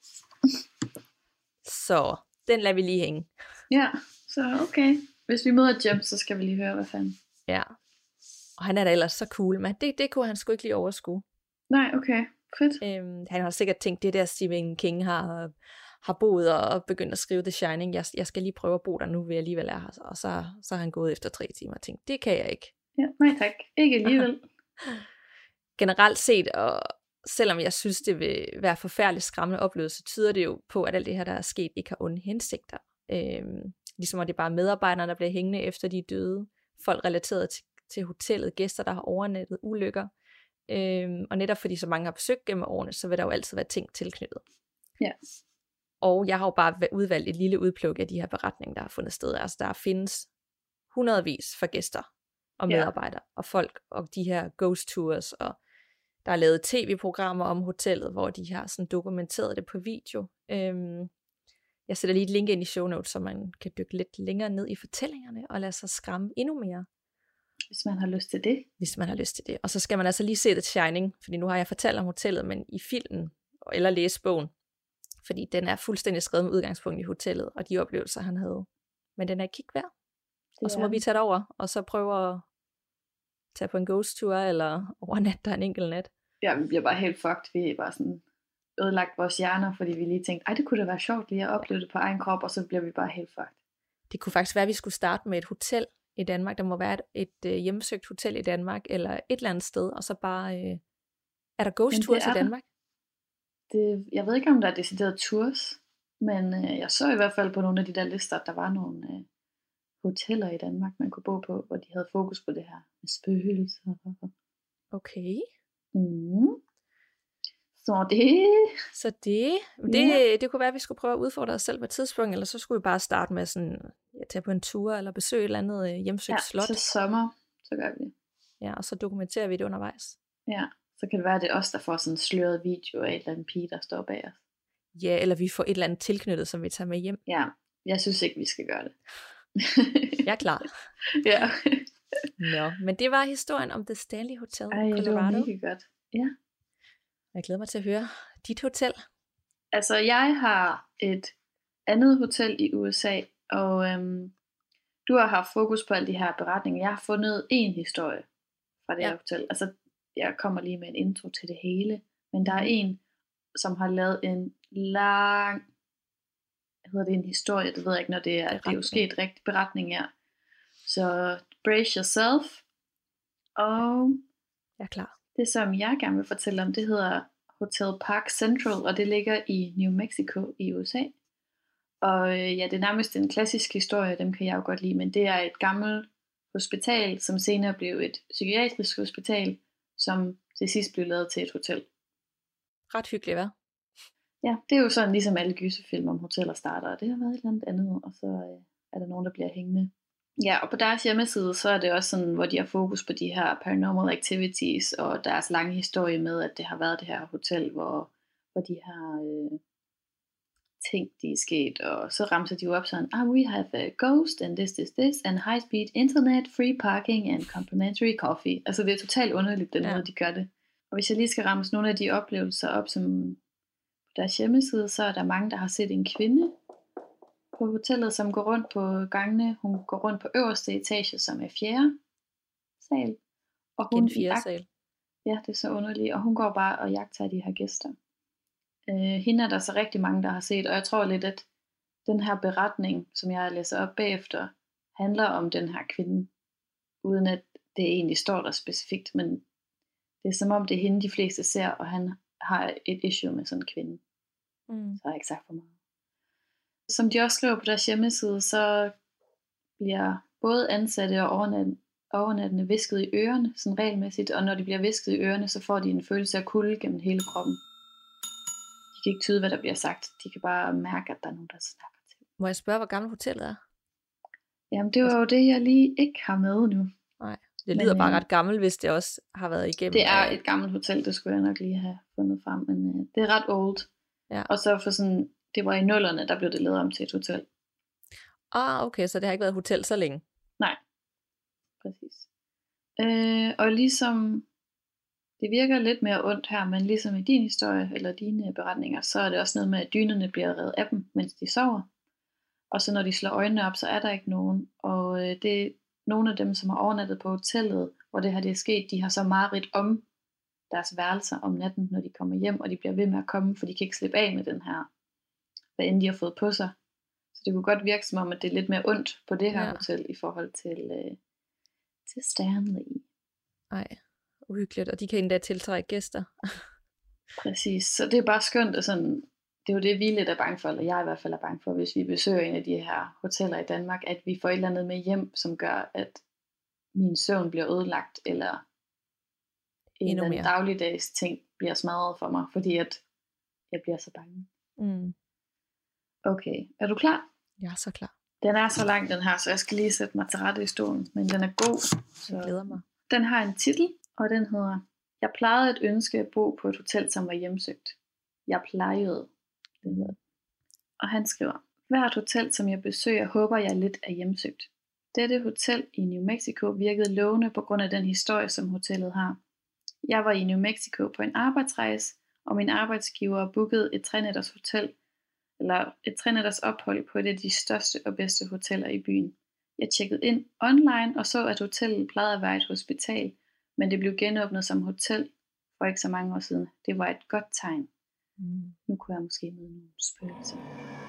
Så den lader vi lige hænge. Ja, så okay. Hvis vi møder Jim, så skal vi lige høre, hvad fanden. Ja. Og han er da ellers så cool, men det kunne han sgu ikke lige overskue. Nej, okay. Fedt. Han har sikkert tænkt, det der Stephen King har boet og begyndt at skrive The Shining. Jeg skal lige prøve at bo der nu, vil jeg alligevel er her. Og så har han gået efter 3 timer og tænkt, det kan jeg ikke. Ja, nej tak. Ikke alligevel. Generelt set, og selvom jeg synes, det vil være forfærdeligt skræmmende oplevelse, tyder det jo på, at alt det her, der er sket, ikke har onde hensigter. Ligesom at det bare medarbejderne, der bliver hængende efter de døde. Folk relateret til hotellet, gæster, der har overnattet, ulykker. Og netop fordi så mange har besøgt gennem årene, så vil der jo altid være ting tilknyttet. Ja. Og jeg har jo bare udvalgt et lille udpluk af de her beretninger, der har fundet sted. Altså der findes hundredvis for gæster og medarbejdere og folk og de her ghost tours, og der er lavet tv-programmer om hotellet, hvor de har sådan dokumenteret det på video. Jeg sætter lige et link ind i show notes, så man kan dykke lidt længere ned i fortællingerne og lade sig skræmme endnu mere. Hvis man har lyst til det. Hvis man har lyst til det. Og så skal man altså lige se The Shining, fordi nu har jeg fortalt om hotellet, men i filmen, eller læse bogen, fordi den er fuldstændig skrevet med udgangspunkt i hotellet, og de oplevelser, han havde. Men den er kig værd. Og så må vi tage det over, og så prøve at tage på en ghost tour, eller overnatte der en enkelt nat. Ja, vi bliver bare helt fucked. Vi er bare sådan ødelagt vores hjerner, fordi vi lige tænkte, det kunne da være sjovt lige at opleve det på egen krop, og så bliver vi bare helt fucked. Det kunne faktisk være, at vi skulle starte med et hotel i Danmark. Der må være et hjemmesøgt hotel i Danmark, eller et eller andet sted, og så bare, er der ghost tours i Danmark? Jeg ved ikke, om der er decideret tours. Men jeg så i hvert fald på nogle af de der lister, at der var nogle hoteller i Danmark, man kunne bo på, hvor de havde fokus på det her med spøgelser. Okay. Mm. Så det kunne være, at vi skulle prøve at udfordre os selv på et tidspunkt, eller så skulle vi bare starte med sådan, tage på en tur, eller besøge et eller andet hjemsøgt slot. Ja, til sommer, så gør vi det. Ja, og så dokumenterer vi det undervejs. Ja, så kan det være, at det er os, der får sådan en sløret video af et eller andet pige, der står bag os. Ja, eller vi får et eller andet tilknyttet, som vi tager med hjem. Ja, jeg synes ikke, vi skal gøre det. Jeg er klar. Ja. Nå, men det var historien om The Stanley Hotel i Colorado. Det var mega godt. Ja. Jeg glæder mig til at høre dit hotel. Altså, jeg har et andet hotel i USA, og du har haft fokus på alle de her beretninger. Jeg har fundet en historie fra det her hotel. Altså, jeg kommer lige med en intro til det hele, men der er en, som har lavet en lang, en historie, det ved jeg ikke, når det er jo sket rigtig beretning, ja. Så brace yourself, og jeg er klar. Det som jeg gerne vil fortælle om, det hedder Hotel Park Central, og det ligger i New Mexico i USA. Og det er nærmest en klassisk historie, dem kan jeg jo godt lide, men det er et gammelt hospital, som senere blev et psykiatrisk hospital, som til sidst blev lavet til et hotel. Ret hyggeligt, hvad? Ja, det er jo sådan ligesom alle gyserfilm om hoteller starter, og det har været et eller andet, og så er der nogen, der bliver hængende. Ja, og på deres hjemmeside, så er det også sådan, hvor de har fokus på de her paranormal activities, og deres lange historie med, at det har været det her hotel, hvor de her ting, de er sket, og så ramser de jo op sådan, we have a ghost, and this, and high speed internet, free parking, and complimentary coffee. Altså det er totalt underligt, den måde, de gør det. Og hvis jeg lige skal ramse nogle af de oplevelser op, som på deres hjemmeside, så er der mange, der har set en kvinde på hotellet, som går rundt på gangene. Hun går rundt på øverste etage, som er 4. sal. Og hun 4. sal. Ja, det er så underligt. Og hun går bare og jagter de her gæster. Hende er der så rigtig mange, der har set. Og jeg tror lidt, at den her beretning, som jeg læser op bagefter, handler om den her kvinde. Uden at det egentlig står der specifikt. Men det er som om, det er hende, de fleste ser. Og han har et issue med sådan en kvinde. Så har jeg ikke sagt for meget. Som de også skriver på deres hjemmeside, så bliver både ansatte og overnattende visket i ørerne, sådan regelmæssigt, og når de bliver visket i ørerne, så får de en følelse af kulde gennem hele kroppen. De kan ikke tyde, hvad der bliver sagt. De kan bare mærke, at der er nogen, der snakker til. Må jeg spørge, hvor gammelt hotellet er? Jamen, det var jo det, jeg lige ikke har med nu. Nej, det lyder bare ret gammelt, hvis det også har været igennem. Det er et gammelt hotel, det skulle jeg nok lige have fundet frem, men det er ret old. Ja. Og så for sådan, det var i 00'erne, der blev det lavet om til et hotel. Okay, så det har ikke været hotel så længe. Nej, præcis. Og ligesom, det virker lidt mere ondt her, men ligesom i din historie, eller dine beretninger, så er det også noget med, at dynerne bliver revet af dem, mens de sover. Og så når de slår øjnene op, så er der ikke nogen. Og det er nogle af dem, som har overnattet på hotellet, hvor det her det er sket, de har så mareridt om deres værelser om natten, når de kommer hjem, og de bliver ved med at komme, for de kan ikke slippe af med den her, hvad end de har fået på sig. Så det kunne godt virke som om, at det er lidt mere ondt på det her hotel, i forhold til Stanley. Nej, uhyggeligt, og de kan endda tiltrække gæster. Præcis, så det er bare skønt, og sådan, det er jo det, vi lidt er bange for, eller jeg i hvert fald er bange for, hvis vi besøger en af de her hoteller i Danmark, at vi får et eller andet med hjem, som gør, at min søvn bliver ødelagt, eller en eller anden dagligdags ting bliver smadret for mig, fordi at jeg bliver så bange. Okay, er du klar? Jeg er så klar. Den er så lang, den her, så jeg skal lige sætte mig til rette i stolen, men den er god. Så jeg glæder mig. Den har en titel, og den hedder, jeg plejede at ønske at bo på et hotel, som var hjemsøgt. Jeg plejede, det hedder. Og han skriver, hvert hotel, som jeg besøger, håber jeg lidt er hjemsøgt. Dette hotel i New Mexico virkede lovende på grund af den historie, som hotellet har. Jeg var i New Mexico på en arbejdsrejse, og min arbejdsgiver bookede et 3-nætters hotel, eller et 3-nætters ophold på et af de største og bedste hoteller i byen. Jeg tjekkede ind online og så, at hotellet plejede at være et hospital, men det blev genåbnet som hotel for ikke så mange år siden. Det var et godt tegn. Nu kunne jeg måske møde nogle spøgelser.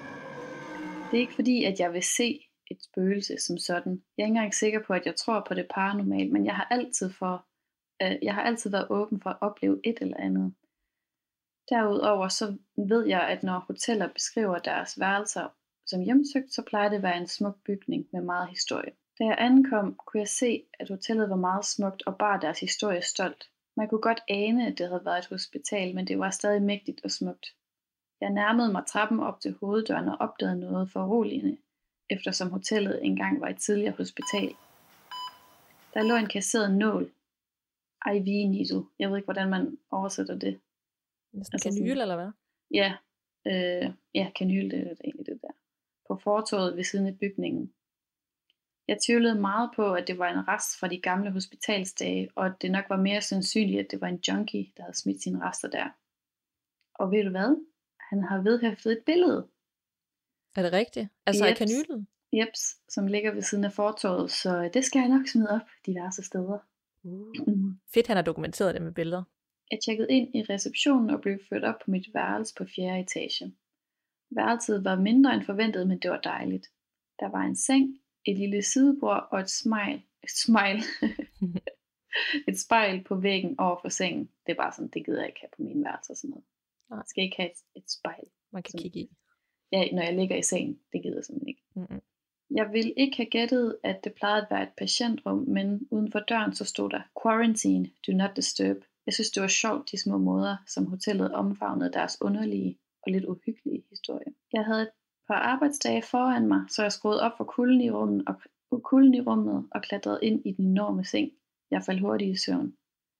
Det er ikke fordi, at jeg vil se et spøgelse som sådan. Jeg er ikke engang sikker på, at jeg tror på det paranormale, men jeg har altid været åben for at opleve et eller andet. Derudover så ved jeg, at når hoteller beskriver deres værelser som hjemsøgt, så plejer det at være en smuk bygning med meget historie. Da jeg ankom, kunne jeg se, at hotellet var meget smukt og bar deres historie stolt. Man kunne godt ane, at det havde været et hospital, men det var stadig mægtigt og smukt. Jeg nærmede mig trappen op til hoveddøren og opdagede noget foruroligende, eftersom hotellet engang var et tidligere hospital. Der lå en kasseret nål. IV needle. Jeg ved ikke, hvordan man oversætter det. Altså kanyle, eller hvad? Ja, kanyle, det er egentlig det der. På fortovet ved siden af bygningen. Jeg tvivlede meget på, at det var en rest fra de gamle hospitalsdage, og at det nok var mere sandsynligt, at det var en junkie, der havde smidt sine rester der. Og ved du hvad? Han har vedhæftet et billede. Er det rigtigt? Altså af kanylen? Jeps, som ligger ved siden af fortovet, så det skal jeg nok smide op diverse steder. Fedt, han har dokumenteret det med billeder. Jeg tjekkede ind i receptionen og blev ført op på mit værelse på 4. etage. Værelset var mindre end forventet, men det var dejligt. Der var en seng, et lille sidebord og et spejl på væggen over for sengen. Det er bare sådan, det gider jeg ikke have på min værelse og sådan noget. Jeg skal ikke have et spejl. Man kan kigge i. Ja, når jeg ligger i sengen. Det gider jeg simpelthen ikke. Mm-hmm. Jeg ville ikke have gættet, at det plejede at være et patientrum, men uden for døren så stod der Quarantine, do not disturb. Jeg synes, det var sjovt, de små måder, som hotellet omfavnede deres underlige og lidt uhyggelige historie. Jeg havde et par arbejdsdage foran mig, så jeg skruede op for kulden i rummet og klatrede ind i den enorme seng. Jeg faldt hurtigt i søvn.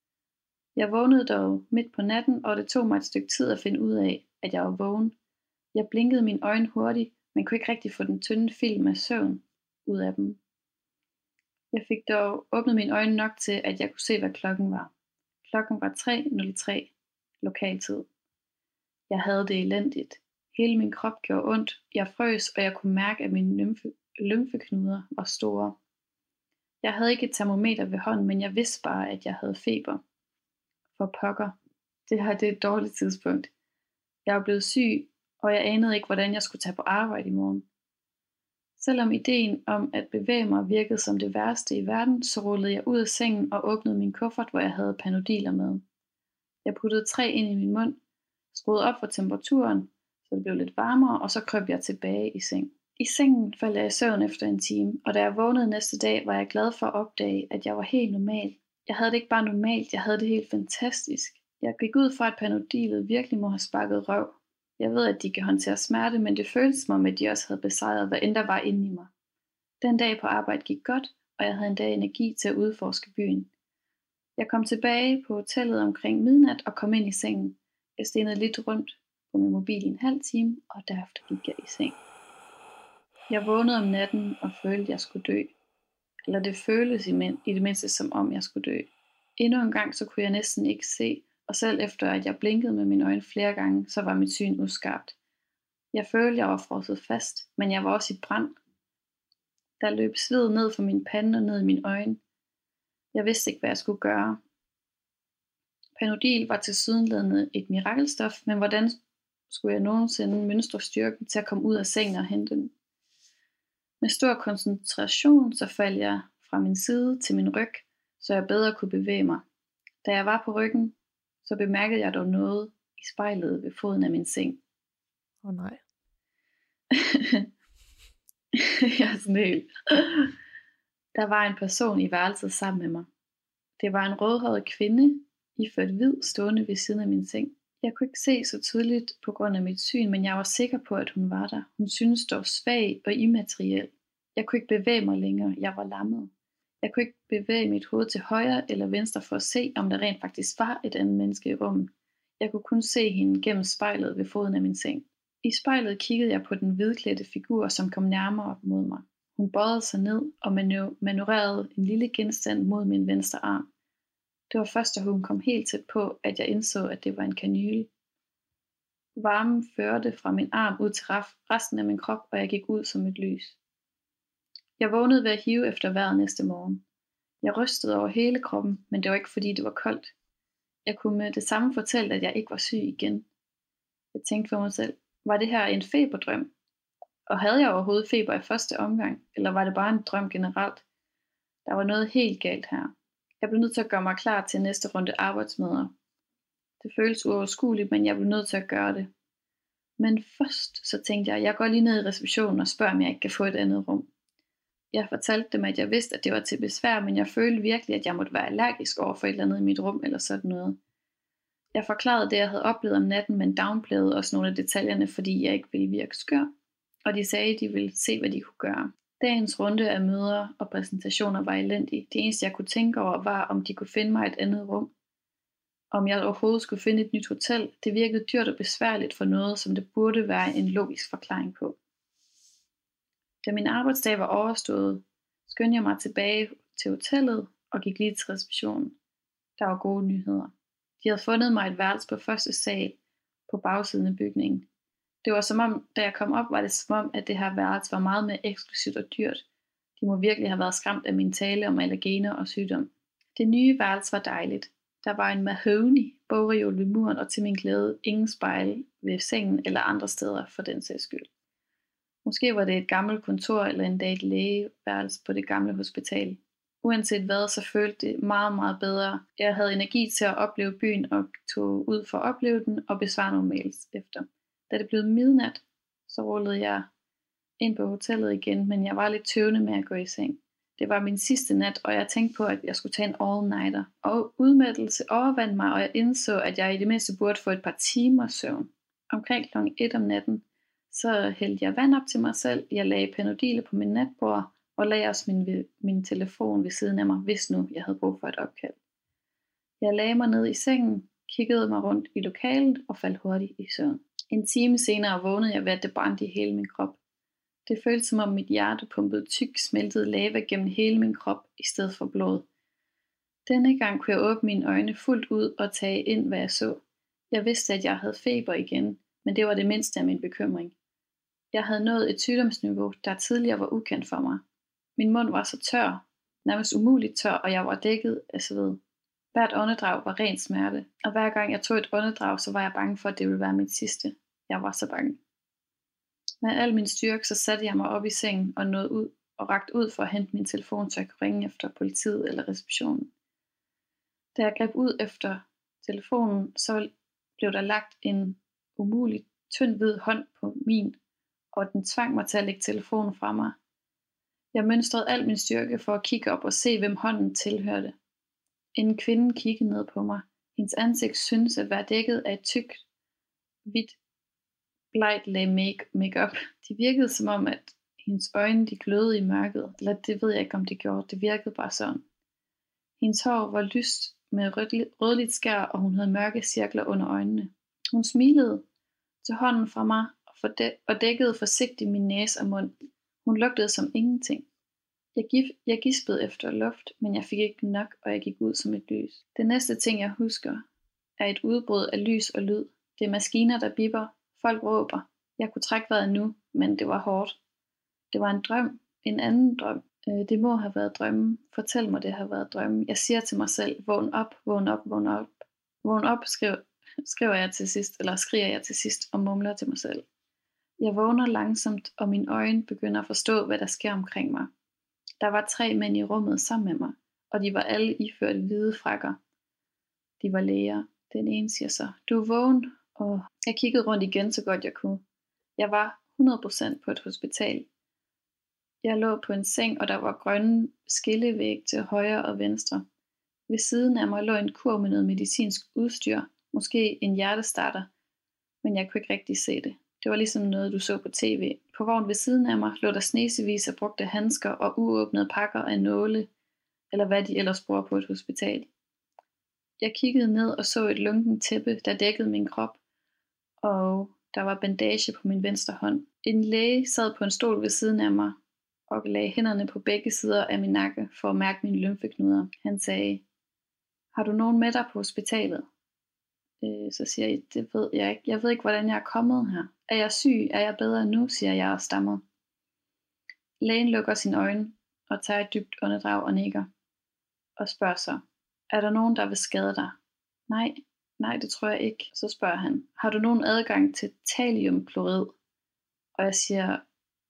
Jeg vågnede dog midt på natten, og det tog mig et stykke tid at finde ud af, at jeg var vågen. Jeg blinkede mine øjne hurtigt, men kunne ikke rigtig få den tynde film af søvn ud af dem. Jeg fik dog åbnet mine øjne nok til, at jeg kunne se, hvad klokken var. Klokken var 3:03 lokaltid. Jeg havde det elendigt. Hele min krop gjorde ondt. Jeg frøs, og jeg kunne mærke, at mine lymfeknuder var store. Jeg havde ikke et termometer ved hånden, men jeg vidste bare, at jeg havde feber. For pokker. Det her det er et dårligt tidspunkt. Jeg var blevet syg, og jeg anede ikke, hvordan jeg skulle tage på arbejde i morgen. Selvom ideen om at bevæge mig virkede som det værste i verden, så rullede jeg ud af sengen og åbnede min kuffert, hvor jeg havde panodiler med. Jeg puttede 3 ind i min mund, skruede op for temperaturen, så det blev lidt varmere, og så krøb jeg tilbage i seng. I sengen faldt jeg i søvn efter en time, og da jeg vågnede næste dag, var jeg glad for at opdage, at jeg var helt normal. Jeg havde det ikke bare normalt, jeg havde det helt fantastisk. Jeg gik ud fra, at panodilet virkelig må have sparket røv. Jeg ved, at de kan håndtere smerte, men det føltes som om, at de også havde besejret, hvad end der var inde i mig. Den dag på arbejde gik godt, og jeg havde endda energi til at udforske byen. Jeg kom tilbage på hotellet omkring midnat og kom ind i sengen. Jeg stenede lidt rundt på min mobil i en halv time, og derefter gik jeg i seng. Jeg vågnede om natten og følte, at jeg skulle dø. Eller det føltes i det mindste som om, jeg skulle dø. Endnu en gang så kunne jeg næsten ikke se, og selv efter at jeg blinkede med mine øjne flere gange, så var mit syn uskarpt. Jeg følte, jeg var frosset fast, men jeg var også i brand. Der løb sved ned fra min pande og ned i mine øjne. Jeg vidste ikke, hvad jeg skulle gøre. Panodil var tilsyneladende et mirakelstof, men hvordan skulle jeg nogensinde mønstre styrken til at komme ud af sengen og hente den? Med stor koncentration så faldt jeg fra min side til min ryg, så jeg bedre kunne bevæge mig. Da jeg var på ryggen, så bemærkede jeg dog noget i spejlet ved foden af min seng. Nej. Jeg er sådan helt. Der var en person i værelset sammen med mig. Det var en rødhåret kvinde, iført hvid, stående ved siden af min seng. Jeg kunne ikke se så tydeligt på grund af mit syn, men jeg var sikker på, at hun var der. Hun syntes dog svag og immateriel. Jeg kunne ikke bevæge mig længere. Jeg var lammet. Jeg kunne ikke bevæge mit hoved til højre eller venstre for at se, om der rent faktisk var et andet menneske i rummet. Jeg kunne kun se hende gennem spejlet ved foden af min seng. I spejlet kiggede jeg på den hvidklædte figur, som kom nærmere op mod mig. Hun bøjede sig ned og manøvrerede en lille genstand mod min venstre arm. Det var først, da hun kom helt tæt på, at jeg indså, at det var en kanyle. Varmen førte fra min arm ud til resten af min krop, og jeg gik ud som et lys. Jeg vågnede ved at hive efter vejret næste morgen. Jeg rystede over hele kroppen, men det var ikke fordi det var koldt. Jeg kunne med det samme fortælle, at jeg ikke var syg igen. Jeg tænkte for mig selv, var det her en feberdrøm? Og havde jeg overhovedet feber i første omgang, eller var det bare en drøm generelt? Der var noget helt galt her. Jeg blev nødt til at gøre mig klar til næste runde arbejdsmøder. Det føles uoverskueligt, men jeg blev nødt til at gøre det. Men først så tænkte jeg går lige ned i receptionen og spørger, om jeg ikke kan få et andet rum. Jeg fortalte dem, at jeg vidste, at det var til besvær, men jeg følte virkelig, at jeg måtte være allergisk over for et eller andet i mit rum eller sådan noget. Jeg forklarede det, jeg havde oplevet om natten, men downplayede også nogle af detaljerne, fordi jeg ikke ville virke skør, og de sagde, at de ville se, hvad de kunne gøre. Dagens runde af møder og præsentationer var elendig. Det eneste, jeg kunne tænke over, var, om de kunne finde mig et andet rum. Om jeg overhovedet skulle finde et nyt hotel. Det virkede dyrt og besværligt for noget, som det burde være en logisk forklaring på. Da min arbejdsdag var overstået, skyndte jeg mig tilbage til hotellet og gik lige til receptionen. Der var gode nyheder. De havde fundet mig et værelse på første sal på bagsiden af bygningen. Det var som om, da jeg kom op, var det som om, at det her værelse var meget mere eksklusivt og dyrt. De må virkelig have været skræmt af min tale om allergener og sygdom. Det nye værelse var dejligt. Der var en mahogny bogreol ved muren, og til min glæde ingen spejl ved sengen eller andre steder for den sags skyld. Måske var det et gammelt kontor eller endda et lægeværelse på det gamle hospital. Uanset hvad, så følte det meget, meget bedre. Jeg havde energi til at opleve byen og tog ud for at opleve den og besvare nogle mails efter. Da det blev midnat, så rullede jeg ind på hotellet igen, men jeg var lidt tøvende med at gå i seng. Det var min sidste nat, og jeg tænkte på, at jeg skulle tage en all-nighter. Og udmattelse overvandt mig, og jeg indså, at jeg i det mindste burde få et par timers søvn. Omkring kl. 1 om natten, så hældte jeg vand op til mig selv. Jeg lagde Panodil på min natbord, og lagde også min telefon ved siden af mig, hvis nu jeg havde brug for et opkald. Jeg lagde mig ned i sengen, kiggede mig rundt i lokalet og faldt hurtigt i søvn. En time senere vågnede jeg ved, at det brændte i hele min krop. Det føltes som om mit hjerte pumpede tyk, smeltet lava gennem hele min krop i stedet for blod. Denne gang kunne jeg åbne mine øjne fuldt ud og tage ind, hvad jeg så. Jeg vidste, at jeg havde feber igen, men det var det mindste af min bekymring. Jeg havde nået et sygdomsniveau, der tidligere var ukendt for mig. Min mund var så tør, nærmest umuligt tør, og jeg var dækket af sved. Hvert åndedrag var ren smerte, og hver gang jeg tog et åndedrag, så var jeg bange for, at det ville være mit sidste. Jeg var så bange. Med al min styrke, så satte jeg mig op i sengen og nåede ud og rakte ud for at hente min telefon, så jeg kunne ringe efter politiet eller receptionen. Da jeg greb ud efter telefonen, så blev der lagt en umulig tynd hvid hånd på min, og den tvang mig til at lægge telefonen fra mig. Jeg mønstrede al min styrke for at kigge op og se, hvem hånden tilhørte. En kvinde kiggede ned på mig. Hendes ansigt syntes at være dækket af et tykt, hvidt, blegt lag make-up. Det virkede som om, at hendes øjne de glødede i mørket. Eller det ved jeg ikke, om det gjorde. Det virkede bare sådan. Hendes hår var lyst med rødligt skær, og hun havde mørke cirkler under øjnene. Hun smilede til hånden fra mig og dækkede forsigtigt min næse og mund. Hun lugtede som ingenting. Jeg gispede efter luft, men jeg fik ikke nok, og jeg gik ud som et lys. Det næste ting, jeg husker, er et udbrud af lys og lyd. Det er maskiner, der bipper. Folk råber. Jeg kunne trække vejret nu, men det var hårdt. Det var en drøm. En anden drøm. Det må have været drømmen. Fortæl mig, det har været drømmen. Jeg siger til mig selv, vågn op, vågn op, vågn op. Vågn op, skriver jeg til sidst, eller skriger jeg til sidst og mumler til mig selv. Jeg vågner langsomt, og mine øjne begynder at forstå, hvad der sker omkring mig. Der var 3 mænd i rummet sammen med mig, og de var alle iført hvide frakker. De var læger. Den ene siger så, du er vågen, og jeg kiggede rundt igen så godt jeg kunne. Jeg var 100% på et hospital. Jeg lå på en seng, og der var grønne skillevæg til højre og venstre. Ved siden af mig lå en kurv med noget medicinsk udstyr, måske en hjertestarter, men jeg kunne ikke rigtig se det. Det var ligesom noget, du så på tv. På vognen ved siden af mig lå der snesevis af brugte handsker og uåbnede pakker af nåle, eller hvad de ellers bruger på et hospital. Jeg kiggede ned og så et lunkent tæppe, der dækkede min krop, og der var bandage på min venstre hånd. En læge sad på en stol ved siden af mig og lagde hænderne på begge sider af min nakke for at mærke mine lymfeknuder. Han sagde, har du nogen med dig på hospitalet? Så siger jeg, det ved jeg ikke. Jeg ved ikke, hvordan jeg er kommet her. Er jeg syg? Er jeg bedre nu? Siger jeg og stammer. Lægen lukker sine øjne og tager et dybt åndedrag og nikker. Og spørger så, er der nogen, der vil skade dig? Nej, det tror jeg ikke. Så spørger han, har du nogen adgang til thalliumklorid? Og jeg siger,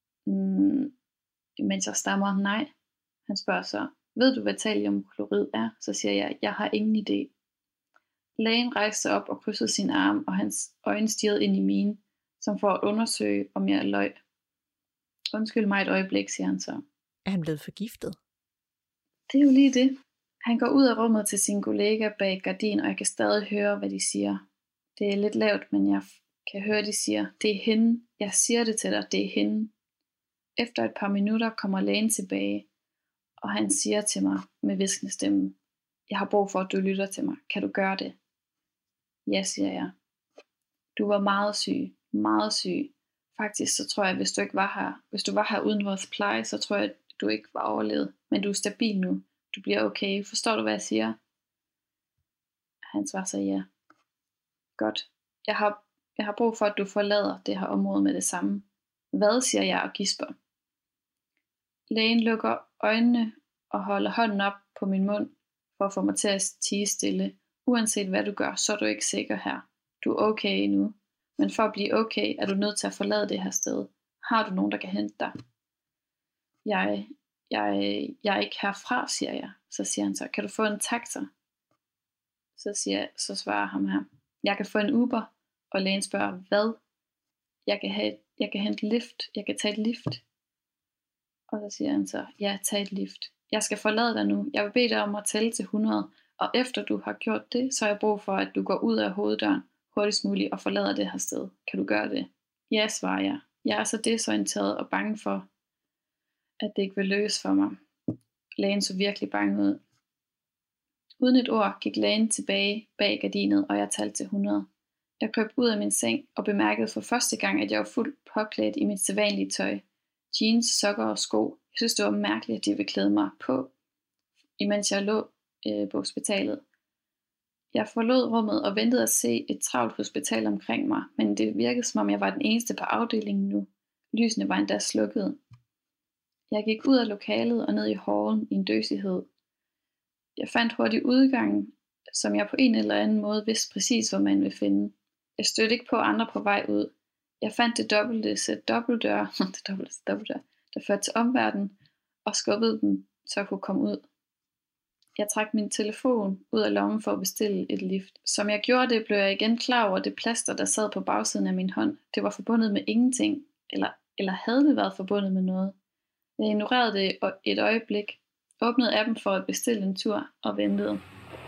mens jeg stammer, nej. Han spørger så, ved du hvad thalliumklorid er? Så siger jeg har ingen idé. Lægen rejste op og krydsede sin arm, og hans øjne stirrede ind i mine, som for at undersøge, om jeg løg. Undskyld mig et øjeblik, siger han så. Er han blevet forgiftet? Det er jo lige det. Han går ud af rummet til sin kollega bag et gardin, og jeg kan stadig høre, hvad de siger. Det er lidt lavt, men jeg kan høre, de siger, det er hende. Jeg siger det til dig, det er hende. Efter et par minutter kommer lægen tilbage, og han siger til mig med hviskende stemme, jeg har brug for, at du lytter til mig. Kan du gøre det? Ja, siger jeg. Du var meget syg. Meget syg. Faktisk så tror jeg, hvis du var her uden vores pleje, så tror jeg, at du ikke var overlevet. Men du er stabil nu. Du bliver okay. Forstår du, hvad jeg siger? Han svarer så ja. Godt. Jeg har brug for, at du forlader det her område med det samme. Hvad, siger jeg og gisper. Lægen lukker øjnene og holder hånden op på min mund, for at få mig til at tie stille. Uanset hvad du gør, så er du ikke sikker her. Du er okay nu. Men for at blive okay, er du nødt til at forlade det her sted. Har du nogen, der kan hente dig? Jeg er ikke herfra, siger jeg. Så siger han så, kan du få en taxa? Så svarer ham her. Jeg kan få en Uber. Og lægen spørger, hvad? Jeg kan hente lift. Jeg kan tage et lift. Og så siger han så, ja, tag et lift. Jeg skal forlade dig nu. Jeg vil bede dig om at tælle til 100. Og efter du har gjort det, så har jeg brug for, at du går ud af hoveddøren hurtigst muligt og forlader det her sted. Kan du gøre det? Ja, svarer jeg. Jeg er så desorienteret og bange for, at det ikke vil løse for mig. Lægen så virkelig bange ud. Uden et ord gik lægen tilbage bag gardinet, og jeg talte til 100. Jeg krøb ud af min seng og bemærkede for første gang, at jeg var fuldt påklædt i mit sædvanlige tøj. Jeans, sokker og sko. Jeg synes, det var mærkeligt, at de ville klæde mig på, imens jeg lå på hospitalet. Jeg forlod rummet og ventede at se et travlt hospital omkring mig, men det virkede som om jeg var den eneste på afdelingen nu. Lysene var endda slukket. Jeg gik ud af lokalet og ned i hallen i en døsighed. Jeg fandt hurtigt udgangen, som jeg på en eller anden måde vidste præcis, hvor man ville finde. Jeg stødte ikke på andre på vej ud. Jeg fandt det dobbelte sæt dobbeltdøre, der førte til omverdenen, og skubbede dem, så jeg kunne komme ud. Jeg trak min telefon ud af lommen for at bestille et lift. Som jeg gjorde det, blev jeg igen klar over det plaster, der sad på bagsiden af min hånd. Det var forbundet med ingenting, eller havde det været forbundet med noget. Jeg ignorerede det et øjeblik, åbnede appen for at bestille en tur og ventede.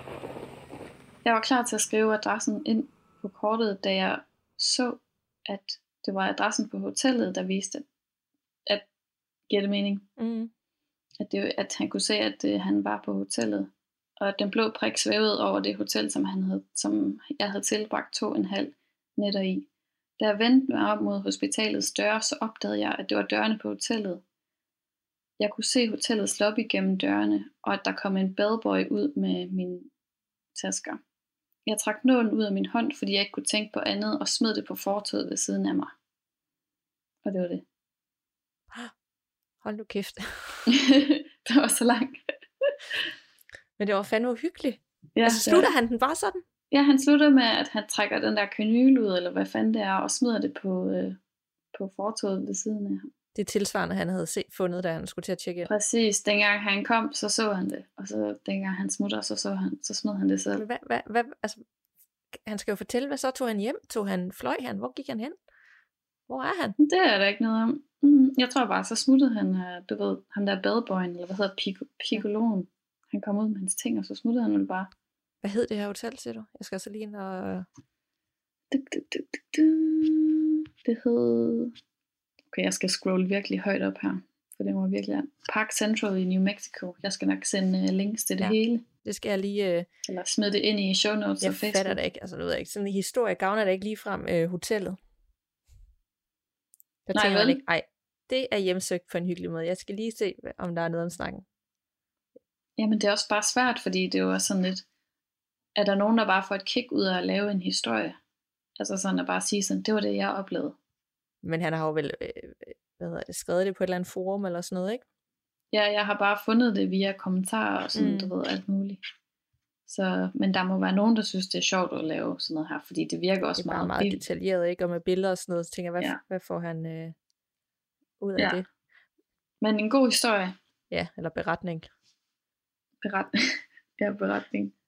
Jeg var klar til at skrive adressen ind på kortet, da jeg så, at det var adressen på hotellet, der viste, at giver det mening. Mm. At han kunne se, at han var på hotellet, og at den blå prik svævede over det hotel, som jeg havde tilbragt 2,5 nætter i. Da jeg vendte mig op mod hospitalets døre, så opdagede jeg, at det var dørene på hotellet. Jeg kunne se hotellets lobby gennem dørene, og at der kom en bellboy ud med mine tasker. Jeg trak nålen ud af min hånd, fordi jeg ikke kunne tænke på andet, og smed det på fortovet ved siden af mig. Og det var det. Hold nu kæft. Det var så langt. Men det var fandme uhyggeligt. Ja, altså slutter han den bare sådan? Ja, han slutter med, at han trækker den der kanyl ud, eller hvad fanden det er, og smider det på fortovet ved siden af ham. Det tilsvarende, han havde fundet, da han skulle til at tjekke ind. Præcis. Dengang han kom, så han det. Og så dengang han smutter, så smed han det selv. Hvad, altså, han skal jo fortælle, hvad så tog han hjem? Fløj han? Hvor gik han hen? Hvor er han? Det er der ikke noget om. Jeg tror bare, så smuttede han, du ved, ham der bellboyen, eller hvad hedder piccoloen. Han kom ud med hans ting, og så smuttede han vel bare. Hvad hed det her hotel, siger du? Jeg skal så lige ind og... Det hed... Okay, jeg skal scrolle virkelig højt op her, for det må virkelig... Park Central i New Mexico. Jeg skal nok sende links til det hele. Det skal jeg lige... Eller smide det ind i show notes og Facebook. Jeg fatter det ikke. Altså, nu ved jeg ikke. Sådan en historie gavner det ikke lige frem hotellet. Der tænker man ikke, ej, det er hjemsøgt på en hyggelig måde. Jeg skal lige se, om der er noget om snakken. Jamen det er også bare svært, fordi det er jo sådan lidt, er der nogen, der bare får et kick ud af at lave en historie? Altså sådan at bare sige sådan, det var det, jeg oplevede. Men han har jo vel, skrevet det på et eller andet forum eller sådan noget, ikke? Ja, jeg har bare fundet det via kommentarer og sådan, du ved, alt muligt. Så, men der må være nogen, der synes, det er sjovt at lave sådan noget her, fordi det virker også meget, meget detaljeret, ikke? Og med billeder og sådan noget, så tænker jeg, hvad får han ud af det? Men en god historie. Ja, eller beretning. Ja, beretning.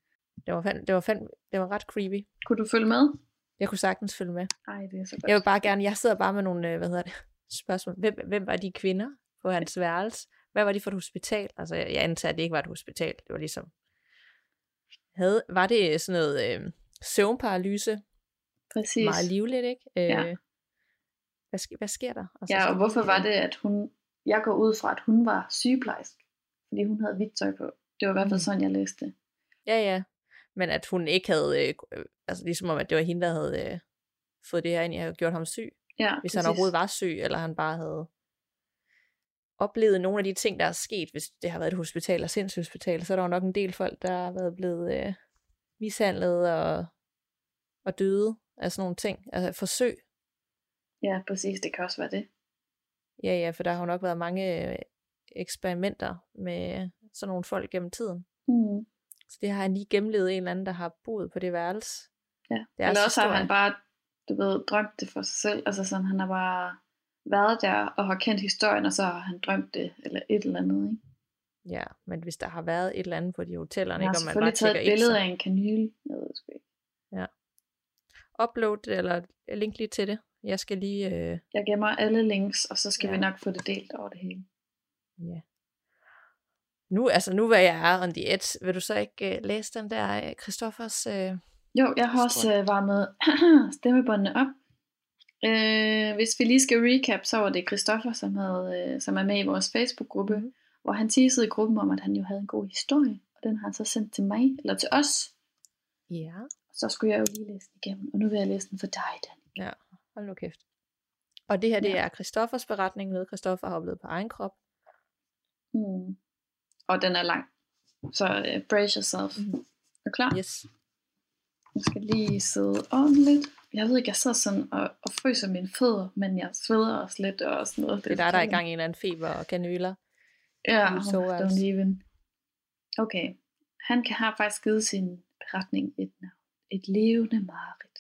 Det var ret creepy. Kunne du følge med? Jeg kunne sagtens følge med. Ej, det er så godt. Jeg vil bare gerne, jeg sidder bare med nogle, spørgsmål. Hvem var de kvinder på hans værelse? Hvad var de for et hospital? Altså, jeg antager, at det ikke var et hospital. Det var ligesom... Var det sådan noget søvnparalyse? Præcis. Meget livligt, ikke? Ja. Hvad sker der? Altså, Ja, og hvorfor var det, at hun... Jeg går ud fra, at hun var sygeplejerske. Fordi hun havde hvidt tøj på. Det var i hvert fald sådan, jeg læste det. Ja. Men at hun ikke havde... altså ligesom om, at det var hende, der havde fået det her ind, jeg havde gjort ham syg. Ja, hvis han overhovedet var syg, eller han bare havde oplevet nogle af de ting, der er sket, hvis det har været et hospital eller sindshospital, så er der jo nok en del folk, der har været blevet mishandlet og døde af sådan nogle ting. Altså forsøg. Ja, præcis. Det kan også være det. Ja, for der har jo nok været mange eksperimenter med sådan nogle folk gennem tiden. Mm. Så det har han lige gennemlevet en eller anden, der har boet på det værelse. Ja, eller også har han bare, drømt det for sig selv. Altså sådan, han har bare været der og har kendt historien, og så har han drømt det, eller et eller andet, ikke? Ja, men hvis der har været et eller andet på de hotellerne, ikke? Han har selvfølgelig taget et billede af en kanyle. Jeg ved sgu ikke. Ja. Upload det, eller link lige til det. Jeg skal lige... Jeg gemmer alle links, og så skal vi nok få det delt over det hele. Ja. Nu hvor jeg er on the edge, vil du så ikke læse den der Christoffers... Jo, jeg har også varmet stemmebåndene op. Hvis vi lige skal recap, så var det Christoffer, som er med i vores Facebook-gruppe, hvor han teasede i gruppen om, at han jo havde en god historie, og den har han så sendt til mig, eller til os. Ja. Og så skulle jeg jo lige læse den igennem, og nu vil jeg læse den for dig, Dan. Ja, hold nu kæft. Og det her, det er Christoffers beretning, noget Christoffer har oplevet på egen krop. Og den er lang. Så brace yourself. Er du klar? Yes. Jeg skal lige sidde ordentligt. Jeg ved ikke, jeg sidder sådan og fryser mine fødder, men jeg sveder også lidt og sådan noget. Det er der er i gang i en eller anden feber og kanyler. Ja, don't even. Okay. Han har faktisk givet sin beretning et navn. Et levende mareridt.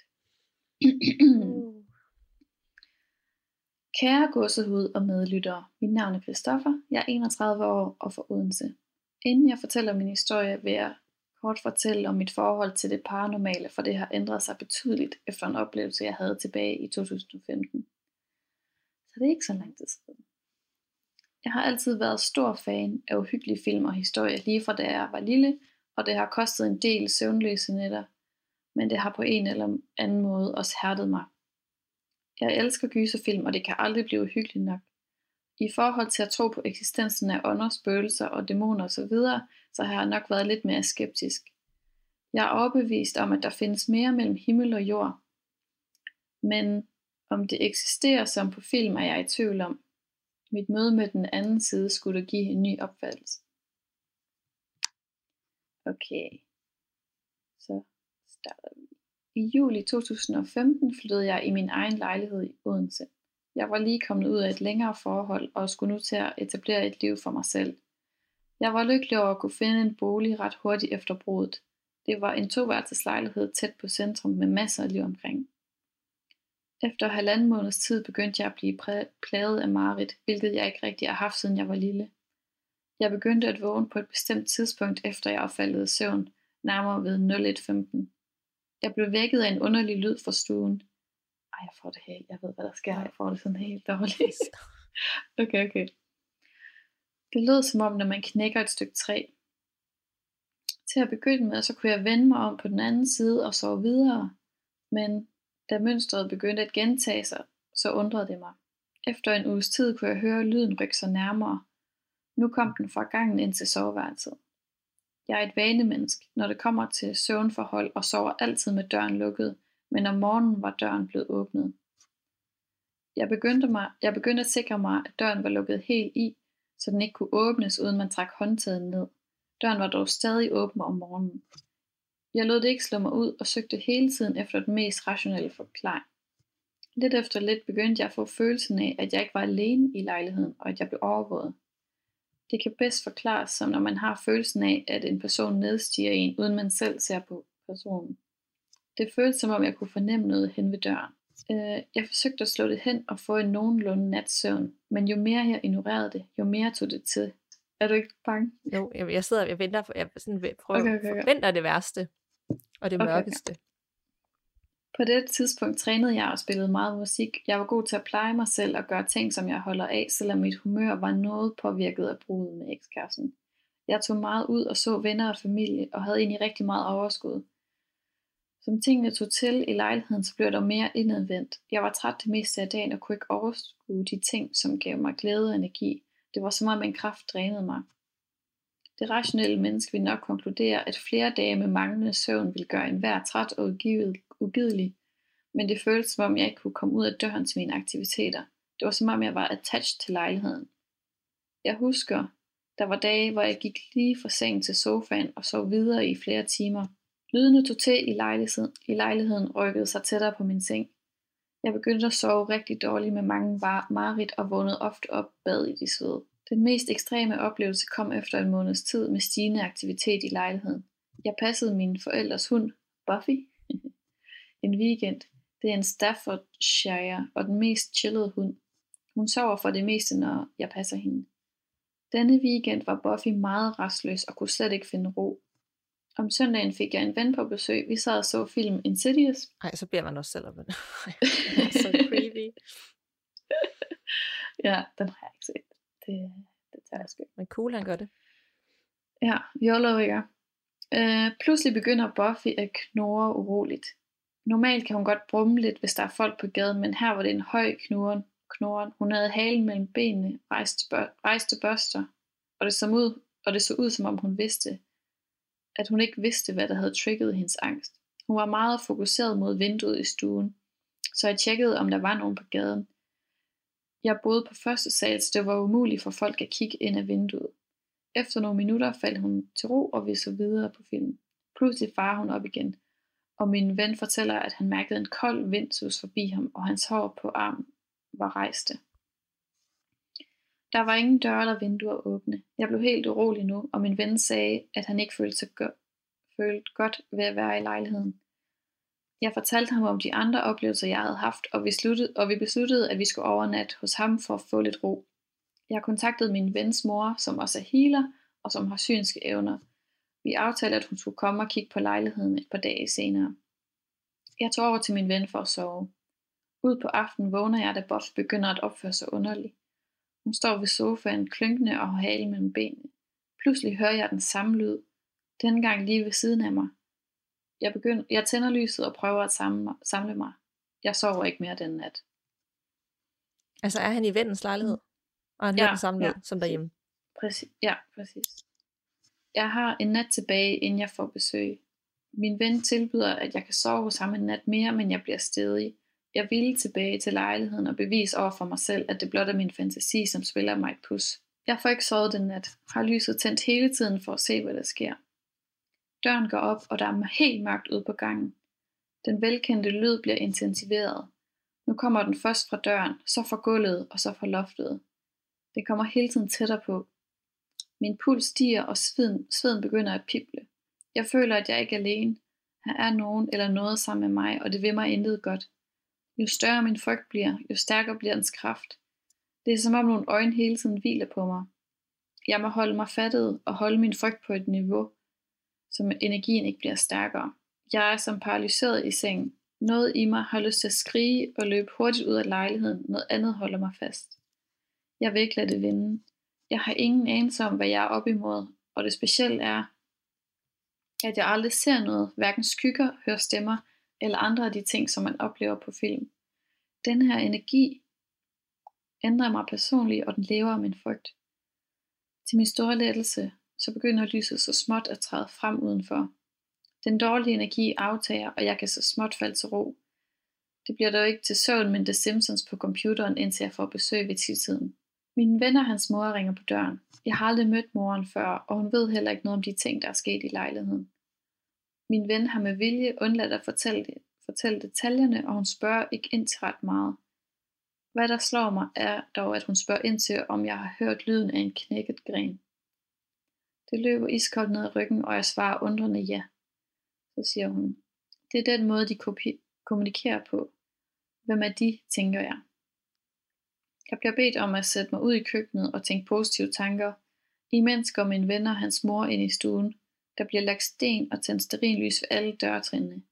Kære gåsehud og medlyttere, mit navn er Christoffer, jeg er 31 år og fra Odense. Inden jeg fortæller min historie, vil jeg kort fortælle om mit forhold til det paranormale, for det har ændret sig betydeligt efter en oplevelse, jeg havde tilbage i 2015. Så det er ikke så lang tid siden. Jeg har altid været stor fan af uhyggelige film og historier, lige fra da jeg var lille, og det har kostet en del søvnløse nætter, men det har på en eller anden måde også hærdet mig. Jeg elsker gyserfilm, og det kan aldrig blive uhyggeligt nok. I forhold til at tro på eksistensen af ånder, spøgelser og dæmoner osv., så har jeg nok været lidt mere skeptisk. Jeg er overbevist om, at der findes mere mellem himmel og jord. Men om det eksisterer som på film, er jeg i tvivl om. Mit møde med den anden side skulle da give en ny opfattelse. Okay. Så starter vi. I juli 2015 flyttede jeg i min egen lejlighed i Odense. Jeg var lige kommet ud af et længere forhold og skulle nu til at etablere et liv for mig selv. Jeg var lykkelig over at kunne finde en bolig ret hurtigt efter bruddet. Det var en 2-værelseslejlighed tæt på centrum med masser af liv omkring. Efter 1,5 måneds tid begyndte jeg at blive plaget af mareridt, hvilket jeg ikke rigtig har haft siden jeg var lille. Jeg begyndte at vågne på et bestemt tidspunkt efter jeg var faldet i søvn, nærmere ved 01:15. Jeg blev vækket af en underlig lyd fra stuen. Jeg får det helt. Jeg ved, hvad der sker. Jeg får det sådan helt dårligt. Okay. Det lød som om, når man knækker et stykke træ. Til at begynde med, så kunne jeg vende mig om på den anden side og sove videre. Men da mønstret begyndte at gentage sig, så undrede det mig. Efter en uges tid kunne jeg høre lyden rykke sig nærmere. Nu kom den fra gangen ind til soveværelset. Jeg er et vanemenneske, når det kommer til søvnforhold, og sover altid med døren lukket, men om morgenen var døren blevet åbnet. Jeg begyndte at sikre mig, at døren var lukket helt i, så den ikke kunne åbnes, uden man trak håndtaget ned. Døren var dog stadig åben om morgenen. Jeg lod det ikke slå mig ud, og søgte hele tiden efter den mest rationelle forklaring. Lidt efter lidt begyndte jeg at få følelsen af, at jeg ikke var alene i lejligheden, og at jeg blev overvåget. Det kan bedst forklares som, når man har følelsen af, at en person nedstiger en, uden man selv ser på personen. Det føltes som om, jeg kunne fornemme noget hen ved døren. Jeg forsøgte at slå det hen og få en nogenlunde natsøvn, men jo mere jeg ignorerede det, jo mere tog det til. Er du ikke bange? Jo, jeg sidder og venter, jeg forventer det værste. Og det Okay. mørkeste. På det tidspunkt trænede jeg og spillede meget musik. Jeg var god til at pleje mig selv og gøre ting, som jeg holder af, selvom mit humør var noget påvirket af bruddet med ekskæresten. Jeg tog meget ud og så venner og familie, og havde egentlig rigtig meget overskud. Som tingene tog til i lejligheden, så blev jeg dog mere indadvendt. Jeg var træt det meste af dagen og kunne ikke overskue de ting, som gav mig glæde og energi. Det var som om en kraft drænede mig. Det rationelle menneske vil nok konkludere, at flere dage med manglende søvn vil gøre enhver træt og ugidelig, men det føltes som om jeg ikke kunne komme ud af døren til mine aktiviteter. Det var som om jeg var attached til lejligheden. Jeg husker, der var dage, hvor jeg gik lige fra seng til sofaen og sov videre i flere timer. Lydene tog til i lejligheden rykkede sig tættere på min seng. Jeg begyndte at sove rigtig dårligt med mange mareridt og vågnede ofte op bad i de sved. Den mest ekstreme oplevelse kom efter en måneds tid med stigende aktivitet i lejligheden. Jeg passede mine forældres hund, Buffy, en weekend. Det er en Staffordshire og den mest chillede hund. Hun sover for det meste, når jeg passer hende. Denne weekend var Buffy meget rastløs og kunne slet ikke finde ro. Om søndagen fik jeg en ven på besøg. Vi sad og så film Insidious. Ej, så bliver man også selv op. Så creepy. Ja, den har jeg ikke set. Det tager jeg sgu. Men cool, han gør det. Ja, YOLO, ikke? Pludselig begynder Buffy at knurre uroligt. Normalt kan hun godt brumme lidt, hvis der er folk på gaden, men her var det en høj knurren. Hun havde halen mellem benene, rejste børster, og det så ud, som om hun vidste, at hun ikke vidste, hvad der havde trigget hendes angst. Hun var meget fokuseret mod vinduet i stuen, så jeg tjekkede, om der var nogen på gaden. Jeg boede på første sal, så det var umuligt for folk at kigge ind ad vinduet. Efter nogle minutter faldt hun til ro, og vi så videre på filmen. Pludselig farer hun op igen, og min ven fortæller, at han mærkede en kold vind sus forbi ham, og hans hår på armen var rejste. Der var ingen døre eller vinduer åbne. Jeg blev helt urolig nu, og min ven sagde, at han ikke følte godt ved at være i lejligheden. Jeg fortalte ham om de andre oplevelser, jeg havde haft, og vi besluttede, at vi skulle overnatte hos ham for at få lidt ro. Jeg kontaktede min vens mor, som også er healer, og som har synske evner. Vi aftalte, at hun skulle komme og kigge på lejligheden et par dage senere. Jeg tog over til min ven for at sove. Ud på aftenen vågner jeg, da Buff begynder at opføre sig underligt. Hun står ved sofaen, klynkende og har halen mellem benene. Pludselig hører jeg den samme lyd. Denne gang lige ved siden af mig. Jeg tænder lyset og prøver at samle mig. Jeg sover ikke mere den nat. Altså er han i vennens lejlighed? Og han hører den samme lyd som derhjemme? Præcis. Jeg har en nat tilbage, inden jeg får besøg. Min ven tilbyder, at jeg kan sove hos ham en nat mere, men jeg bliver stædig. Jeg ville tilbage til lejligheden og bevise over for mig selv, at det blot er min fantasi, som spiller mig et pus. Jeg får ikke sovet den nat. Har lyset tændt hele tiden for at se, hvad der sker. Døren går op, og der er helt mørkt ude på gangen. Den velkendte lyd bliver intensiveret. Nu kommer den først fra døren, så fra gulvet og så fra loftet. Det kommer hele tiden tættere på. Min puls stiger, og sveden begynder at pible. Jeg føler, at jeg ikke er alene. Her er nogen eller noget sammen med mig, og det vil mig intet godt. Jo større min frygt bliver, jo stærkere bliver dens kraft. Det er som om nogle øjne hele tiden hviler på mig. Jeg må holde mig fattet og holde min frygt på et niveau, så energien ikke bliver stærkere. Jeg er som paralyseret i sengen. Noget i mig har lyst til at skrige og løbe hurtigt ud af lejligheden. Noget andet holder mig fast. Jeg vil ikke lade det vinde. Jeg har ingen anelse om, hvad jeg er op imod, og det specielle er, at jeg aldrig ser noget, hverken skygger, hører stemmer, eller andre af de ting, som man oplever på film. Den her energi ændrer mig personligt, og den lever af min frygt. Til min store lettelse, så begynder lyset så småt at træde frem udenfor. Den dårlige energi aftager, og jeg kan så småt falde til ro. Det bliver dog ikke til søvn, men The Simpsons på computeren, indtil jeg får besøg ved 10-tiden. Mine venner og hans mor ringer på døren. Jeg har aldrig mødt moren før, og hun ved heller ikke noget om de ting, der er sket i lejligheden. Min ven har med vilje undladt at fortælle detaljerne, og hun spørger ikke ind til ret meget. Hvad der slår mig er dog, at hun spørger ind til, om jeg har hørt lyden af en knækket gren. Det løber iskoldt ned ad ryggen, og jeg svarer undrende ja. Så siger hun, det er den måde, de kommunikerer på. Hvem er de, tænker jeg. Jeg bliver bedt om at sætte mig ud i køkkenet og tænke positive tanker. Imens går min ven og hans mor ind i stuen. Der bliver lagt sten og tændt stearinlys ved alle dørtrinene.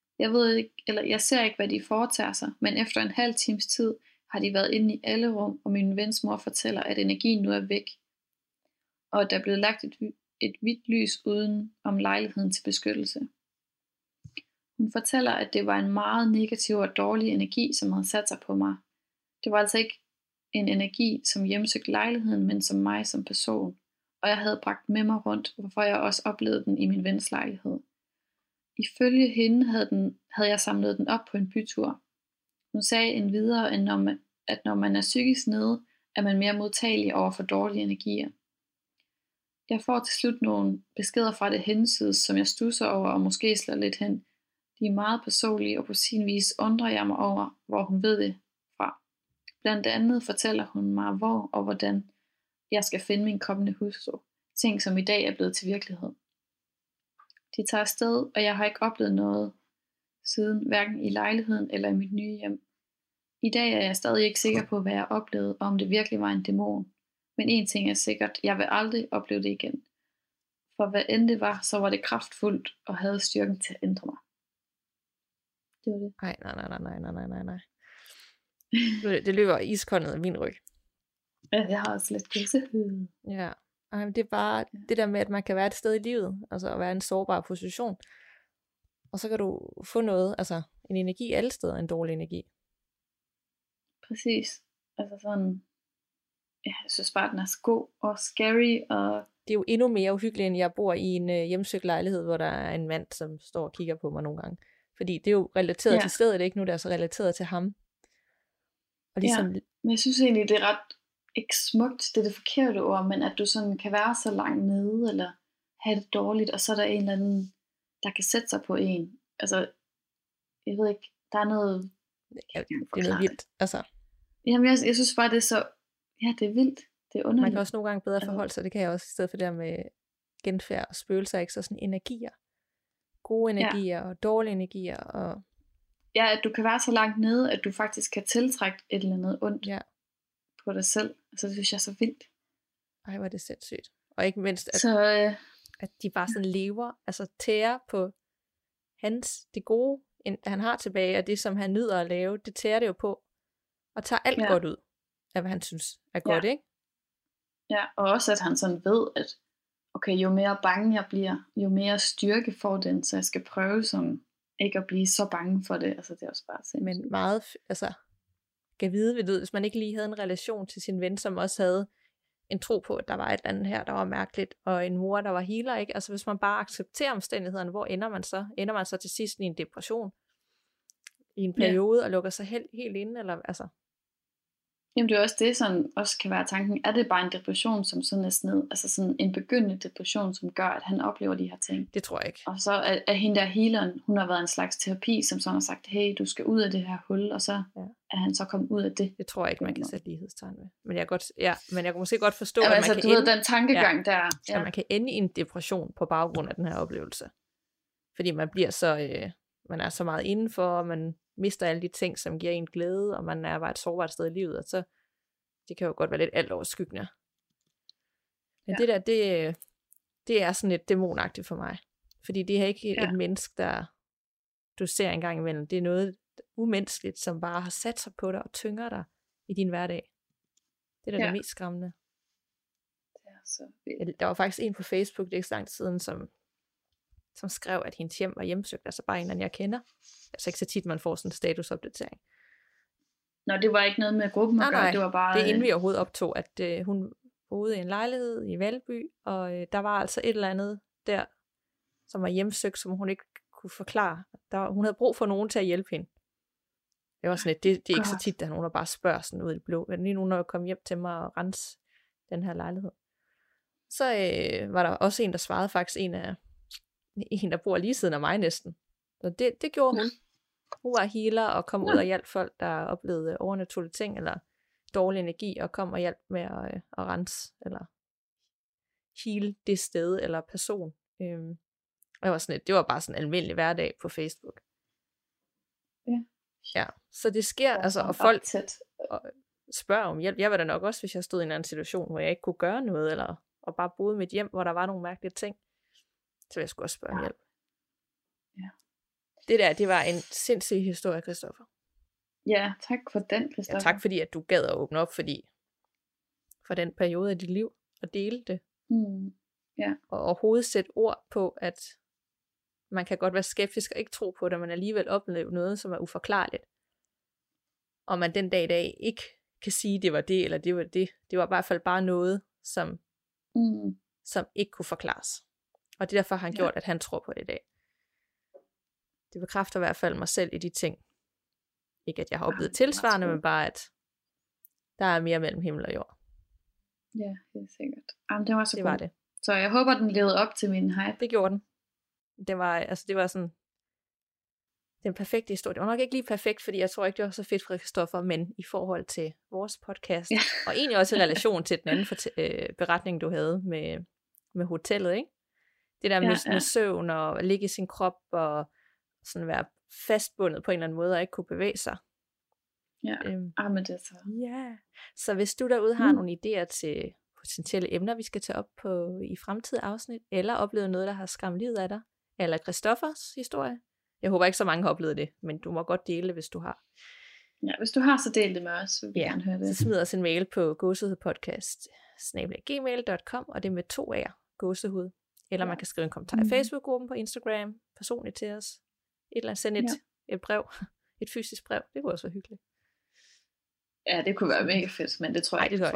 Jeg ser ikke, hvad de foretager sig, men efter en halv times tid har de været inde i alle rum, og min vens mor fortæller, at energien nu er væk, og der er blevet lagt et hvidt lys uden om lejligheden til beskyttelse. Hun fortæller, at det var en meget negativ og dårlig energi, som havde sat sig på mig. Det var altså ikke en energi, som hjemsøgte lejligheden, men som mig som person, og jeg havde bragt med mig rundt, hvorfor jeg også oplevede den i min vens lejlighed. Ifølge hende havde jeg samlet den op på en bytur. Hun sagde endvidere, at når man er psykisk nede, er man mere modtagelig over for dårlige energier. Jeg får til slut nogle beskeder fra det hensides, som jeg stusser over og måske slår lidt hen. De er meget personlige, og på sin vis undrer jeg mig over, hvor hun ved det fra. Blandt andet fortæller hun mig, hvor og hvordan jeg skal finde min kommende hustru. Ting, som i dag er blevet til virkelighed. De tager afsted, og jeg har ikke oplevet noget siden, hverken i lejligheden eller i mit nye hjem. I dag er jeg stadig ikke sikker på, hvad jeg oplevede, og om det virkelig var en dæmon. Men en ting er sikkert, jeg vil aldrig opleve det igen. For hvad end det var, så var det kraftfuldt og havde styrken til at ændre mig. Det var det. Nej. Det løber iskoldt ned af min ryg. Ja, jeg har også lidt gæsehud. Ja. Ej, men det er bare det der med, at man kan være et sted i livet, altså at være i en sårbar position. Og så kan du få noget, altså en energi alle steder, en dårlig energi. Præcis. Altså sådan, ja, jeg synes bare, den er så god og scary. Og det er jo endnu mere uhyggeligt, end jeg bor i en hjemsøgt lejlighed, hvor der er en mand, som står og kigger på mig nogle gange. Fordi det er jo relateret til stedet, ikke nu, det er så relateret til ham. Og ligesom... Ja, men jeg synes egentlig, det er ret ikke smukt, det er det forkerte ord, men at du sådan kan være så langt nede, eller have det dårligt, og så er der en eller anden, der kan sætte sig på en. Altså, jeg ved ikke, der er noget... Ja, det er noget vildt, altså. Jamen, jeg synes bare, det er så... Ja, det er vildt. Det er underligt. Man kan også nogle gange bedre forholde sig, det kan jeg også, i stedet for det der med genfærd og spøgelser, ikke? Så sådan energier. Gode energier og dårlige energier. Og... Ja, at du kan være så langt nede, at du faktisk kan tiltrække et eller andet ondt på dig selv. Altså, det synes jeg er så vildt. Ej, hvor er det sindssygt. Og ikke mindst, at de bare sådan lever, altså tærer på det gode, han har tilbage, og det, som han nyder at lave, det tærer det jo på, og tager alt godt ud af, hvad han synes er godt, ikke? Ja, og også at han sådan ved, at okay, jo mere bange jeg bliver, jo mere styrke får den, så jeg skal prøve sådan, ikke at blive så bange for det, altså det er også bare sindssygt. Men meget, altså, kan vide, ved du, hvis man ikke lige havde en relation til sin ven, som også havde en tro på, at der var et eller andet her, der var mærkeligt, og en mor, der var healer, ikke? Altså hvis man bare accepterer omstændighederne, hvor ender man så? Ender man så til sidst i en depression? I en periode, og lukker sig helt inde, eller altså? Jamen det er også det, som også kan være tanken. Er det bare en depression, som sådan er sned? Altså sådan en begyndende depression, som gør, at han oplever de her ting? Det tror jeg ikke. Og så er hende der healeren, hun har været en slags terapi, som sådan har sagt, hey, du skal ud af det her hul, og så er han så kommet ud af det. Det tror jeg ikke, man kan sætte lighedstegn ved. Men jeg kan måske godt forstå, at man altså, kan ende, den tankegang der. Ja. At man kan ende i en depression på baggrund af den her oplevelse. Fordi man bliver så, man er så meget indenfor, og man mister alle de ting, som giver en glæde, og man er bare et sårbart sted i livet, og så det kan jo godt være lidt alt overskyggende. Men det der, det er sådan lidt dæmonagtigt for mig. Fordi det er ikke et menneske, der du ser en gang imellem. Det er noget umenneskeligt, som bare har sat sig på dig og tynger dig i din hverdag. Det er det mest skræmmende. Det er så vildt. Der var faktisk en på Facebook, det er ikke så lang tid siden, som skrev, at hendes hjem var hjemsøgt. Altså bare en, jeg kender. Altså ikke så tit, man får sådan en statusopdatering. Nå, det var ikke noget med gruppen at gøre, det var bare... det er inden vi overhovedet optog, at hun boede i en lejlighed i Valby, og der var altså et eller andet der, som var hjemsøgt, som hun ikke kunne forklare. Hun havde brug for nogen til at hjælpe hende. Det var sådan lidt, det er ikke så tit, at nogen der bare spørger sådan ud i det blå. Men lige nu, når jeg kom hjem til mig og rense den her lejlighed, så var der også en, der svarede faktisk en, der bor lige siden af mig næsten. Så det gjorde hun. Hun var healer og kom ud og hjalp folk, der oplevede overnaturlige ting, eller dårlig energi, og kom og hjalp med at rense, eller heal det sted, eller person. Og var sådan det var bare sådan en almindelig hverdag på Facebook. Ja, så det sker, altså, og folk spørger om hjælp. Jeg var da nok også, hvis jeg stod i en anden situation, hvor jeg ikke kunne gøre noget, eller og bare boede i mit hjem, hvor der var nogle mærkelige ting. så vil jeg sgu også spørge om hjælp. Ja. Det var en sindssyg historie, Christoffer. Ja, tak for den, Christoffer. Ja, tak fordi, at du gad at åbne op for den periode af dit liv, og dele det. Ja. Og overhovedet sætte ord på, at man kan godt være skeptisk og ikke tro på det, men alligevel opleve noget, som er uforklarligt. Og man den dag i dag ikke kan sige, det var det, eller det var det. Det var i hvert fald bare noget, som ikke kunne forklares. Og det er derfor, han gjort, at han tror på det i dag. Det bekræfter i hvert fald mig selv i de ting. Ikke at jeg har oplevet tilsvarende, men bare at der er mere mellem himmel og jord. Ja, helt sikkert. Jamen, det var så det god. var det. Så jeg håber, den levede op til min hype. Det gjorde den. Det var sådan den perfekte historie. Det var nok ikke lige perfekt, fordi jeg tror ikke, det var så fedt, Christoffer, men i forhold til vores podcast, og egentlig også i relation til den anden beretning, du havde med hotellet, ikke? Det der med søvn og at ligge i sin krop og sådan være fastbundet på en eller anden måde og ikke kunne bevæge sig. Ja, men det er så. Ja, så hvis du derude har nogle idéer til potentielle emner, vi skal tage op på i fremtidige afsnit, eller oplevet noget, der har skræmt livet af dig, eller Christoffers historie. Jeg håber ikke så mange har oplevet det, men du må godt dele det, hvis du har. Ja, hvis du har, så del det med os, så vil vi gerne høre det. Så smid os en mail på gåsehudpodcast@gmail.com, og det er med 2 A'er, gåsehud. Eller man kan skrive en kommentar i Facebook-gruppen på Instagram, personligt til os. Send et brev, et fysisk brev, det kunne også være hyggeligt. Ja, det kunne være mega fedt, men det tror jeg ikke,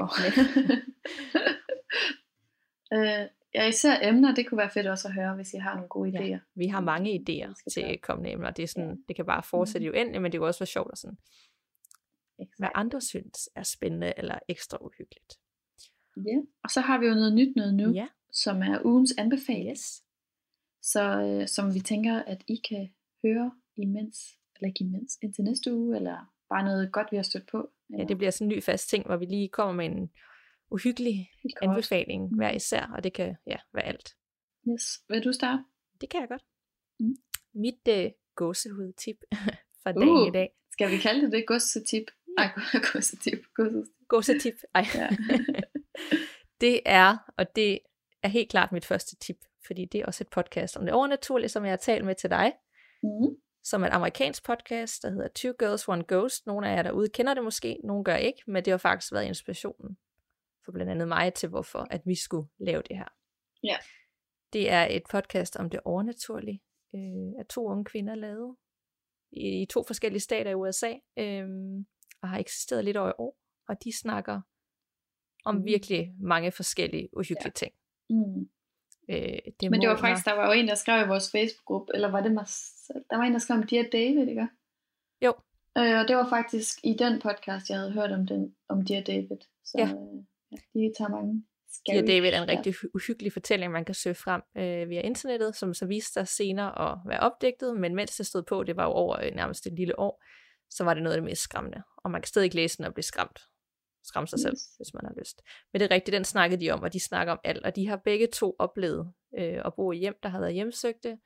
Ja, især emner, det kunne være fedt også at høre, hvis I har nogle gode idéer. Ja, vi har mange idéer til kommende emner. Det er sådan, det kan bare fortsætte i uendeligt, men det kan også være sjovt at sådan, hvad andre synes er spændende eller ekstra uhyggeligt. Ja, og så har vi jo noget nyt nu, som er ugens anbefaling. Yes. Så som vi tænker, at I kan høre indtil næste uge, eller bare noget godt, vi har stødt på. Eller? Ja, det bliver sådan en ny fast ting, hvor vi lige kommer med en uhyggelig anbefaling hver især, og det kan være alt. Yes. Vil du starte? Det kan jeg godt. Mit gåsehud-tip for dagen i dag. Skal vi kalde det gåsetip? Nej, gåsetip. Ej. Ja. Det er helt klart mit første tip, fordi det er også et podcast om det overnaturlige, som jeg har talt med til dig. Som er et amerikansk podcast, der hedder Two Girls, One Ghost. Nogle af jer derude kender det måske, nogle gør ikke, men det har faktisk været inspirationen for blandt andet mig til, hvorfor at vi skulle lave det her. Ja. Det er et podcast om det overnaturlige, af 2 unge kvinder lavet i 2 forskellige stater i USA, og har eksisteret lidt over et år, og de snakker om virkelig mange forskellige uhyggelige ting. Men det var faktisk, der var jo en, der skrev i vores Facebook-gruppe, eller var det mig selv? Der var en, der skrev om Dear David, ikke? Jo. Og det var faktisk i den podcast, jeg havde hørt om Dear David. Så de tager mange scary. Dear David er en rigtig uhyggelig fortælling, man kan søge frem via internettet, som så viste sig senere at være opdigtet, men mens det stod på, det var jo over nærmest et lille år, så var det noget af det mest skræmmende. Og man kan stadig læse den og blive skræmt. Skræmme sig selv, hvis man har lyst. Men det er rigtigt, den snakkede de om, og de snakker om alt, og de har begge 2 oplevet at bo i hjem, der har været hjemsøgte.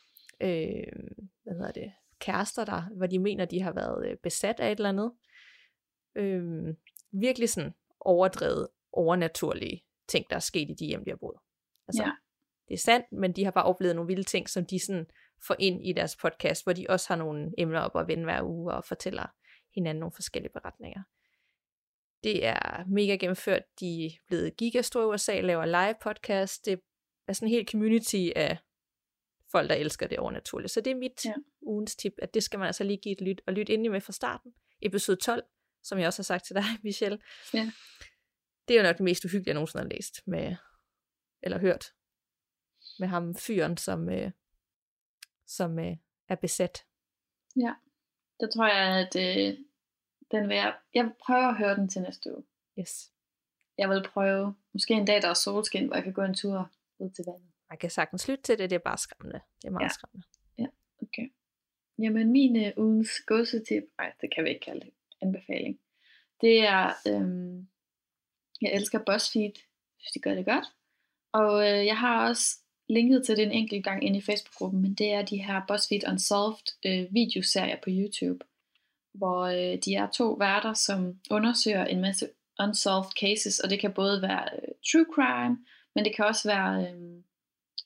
Kærester der, hvor de mener, de har været besat af et eller andet. Virkelig sådan overdrevet, overnaturlige ting, der er sket i de hjem, de har boet. Altså, det er sandt, men de har bare oplevet nogle vilde ting, som de sådan får ind i deres podcast, hvor de også har nogle emner op at vende hver uge, og fortæller hinanden nogle forskellige beretninger. Det er mega gennemført. De er blevet gigastore i USA, laver live podcast. Det er sådan en hel community af folk, der elsker det overnaturlige. Så det er mit ugens tip, at det skal man altså lige give et lyt, og lytte ind med fra starten. Episode 12, som jeg også har sagt til dig, Michelle. Ja. Det er jo nok det mest uhyggelige, jeg nogensinde har læst eller hørt. Med ham fyren, som er besat. Ja, det tror jeg, at jeg vil prøve at høre den til næste uge. Yes. Jeg vil prøve, måske en dag, der er solskin, hvor jeg kan gå en tur ud til vandet. Man kan sagtens lytte til det, det er bare skræmmende. Det er meget skræmmende. Ja, okay. Jamen min ugens gåsetip, det kan vi ikke kalde det, anbefaling. Det er, jeg elsker BuzzFeed, hvis de gør det godt. Og jeg har også linket til det en enkelt gang inde i Facebook-gruppen, men det er de her BuzzFeed Unsolved videoserier på YouTube, hvor de er 2 værter, som undersøger en masse unsolved cases, og det kan både være true crime, men det kan også være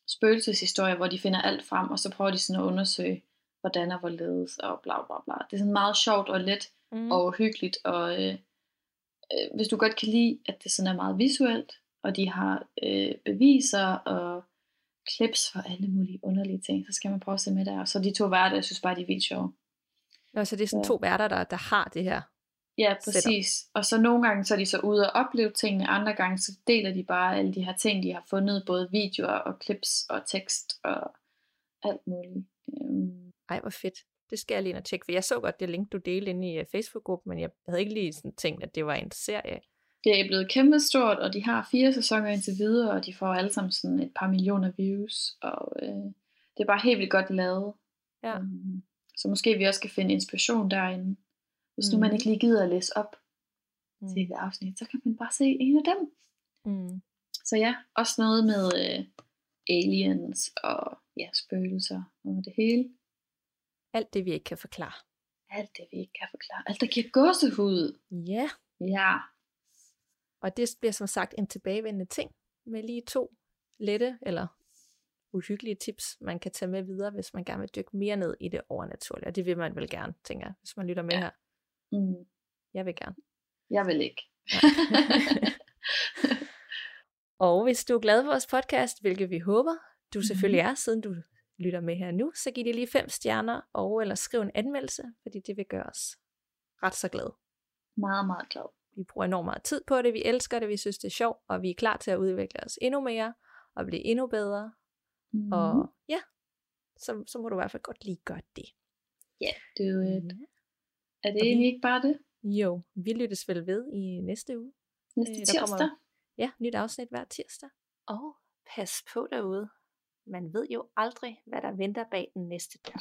spøgelseshistorier, hvor de finder alt frem, og så prøver de sådan at undersøge, hvordan og hvorledes, og bla bla bla. Det er sådan meget sjovt og let og hyggeligt, og hvis du godt kan lide, at det sådan er meget visuelt, og de har beviser og clips for alle mulige underlige ting, så skal man prøve at se med der. Og så de 2 værter, jeg synes bare, de er vildt sjove. Nå, så det er sådan 2 værter, der har det her. Ja, præcis. Setup. Og så nogle gange, så er de så ude og opleve tingene, andre gange, så deler de bare alle de her ting, de har fundet, både videoer og clips og tekst og alt muligt. Ej, hvor fedt. Det skal jeg lige ind og tjekke, for jeg så godt det link, du delte inde i Facebook-gruppen, men jeg havde ikke lige sådan tænkt, at det var en serie. Det er blevet kæmpestort, og de har 4 sæsoner indtil videre, og de får alle sammen sådan et par millioner views, og det er bare helt vildt godt lavet. Ja. Så måske vi også skal finde inspiration derinde. Hvis nu man ikke lige gider at læse op til et afsnit, så kan man bare se en af dem. Så ja, også noget med aliens og spøgelser og det hele. Alt det, vi ikke kan forklare. Alt det, vi ikke kan forklare. Alt, der giver gåsehud. Ja. Ja. Og det bliver som sagt en tilbagevendende ting, med lige 2 lette eller uhyggelige tips, man kan tage med videre, hvis man gerne vil dykke mere ned i det overnaturlige. Og det vil man vel gerne, tænker jeg, hvis man lytter med her. Jeg vil gerne. Jeg vil ikke. Og hvis du er glad for vores podcast, hvilket vi håber, du selvfølgelig er, siden du lytter med her nu, så giv det lige 5 stjerner, og eller skriv en anmeldelse, fordi det vil gøre os ret så glade. Meget, meget glad. Vi bruger enormt meget tid på det, vi elsker det, vi synes det er sjovt, og vi er klar til at udvikle os endnu mere, og blive endnu bedre. Og ja, så må du i hvert fald godt lige gøre det. Ja, do it. Er det egentlig ikke bare det? Jo, vi lyttes vel ved i næste uge. Næste tirsdag. Nyt afsnit hver tirsdag. Og pas på derude. Man ved jo aldrig, hvad der venter bag den næste dør.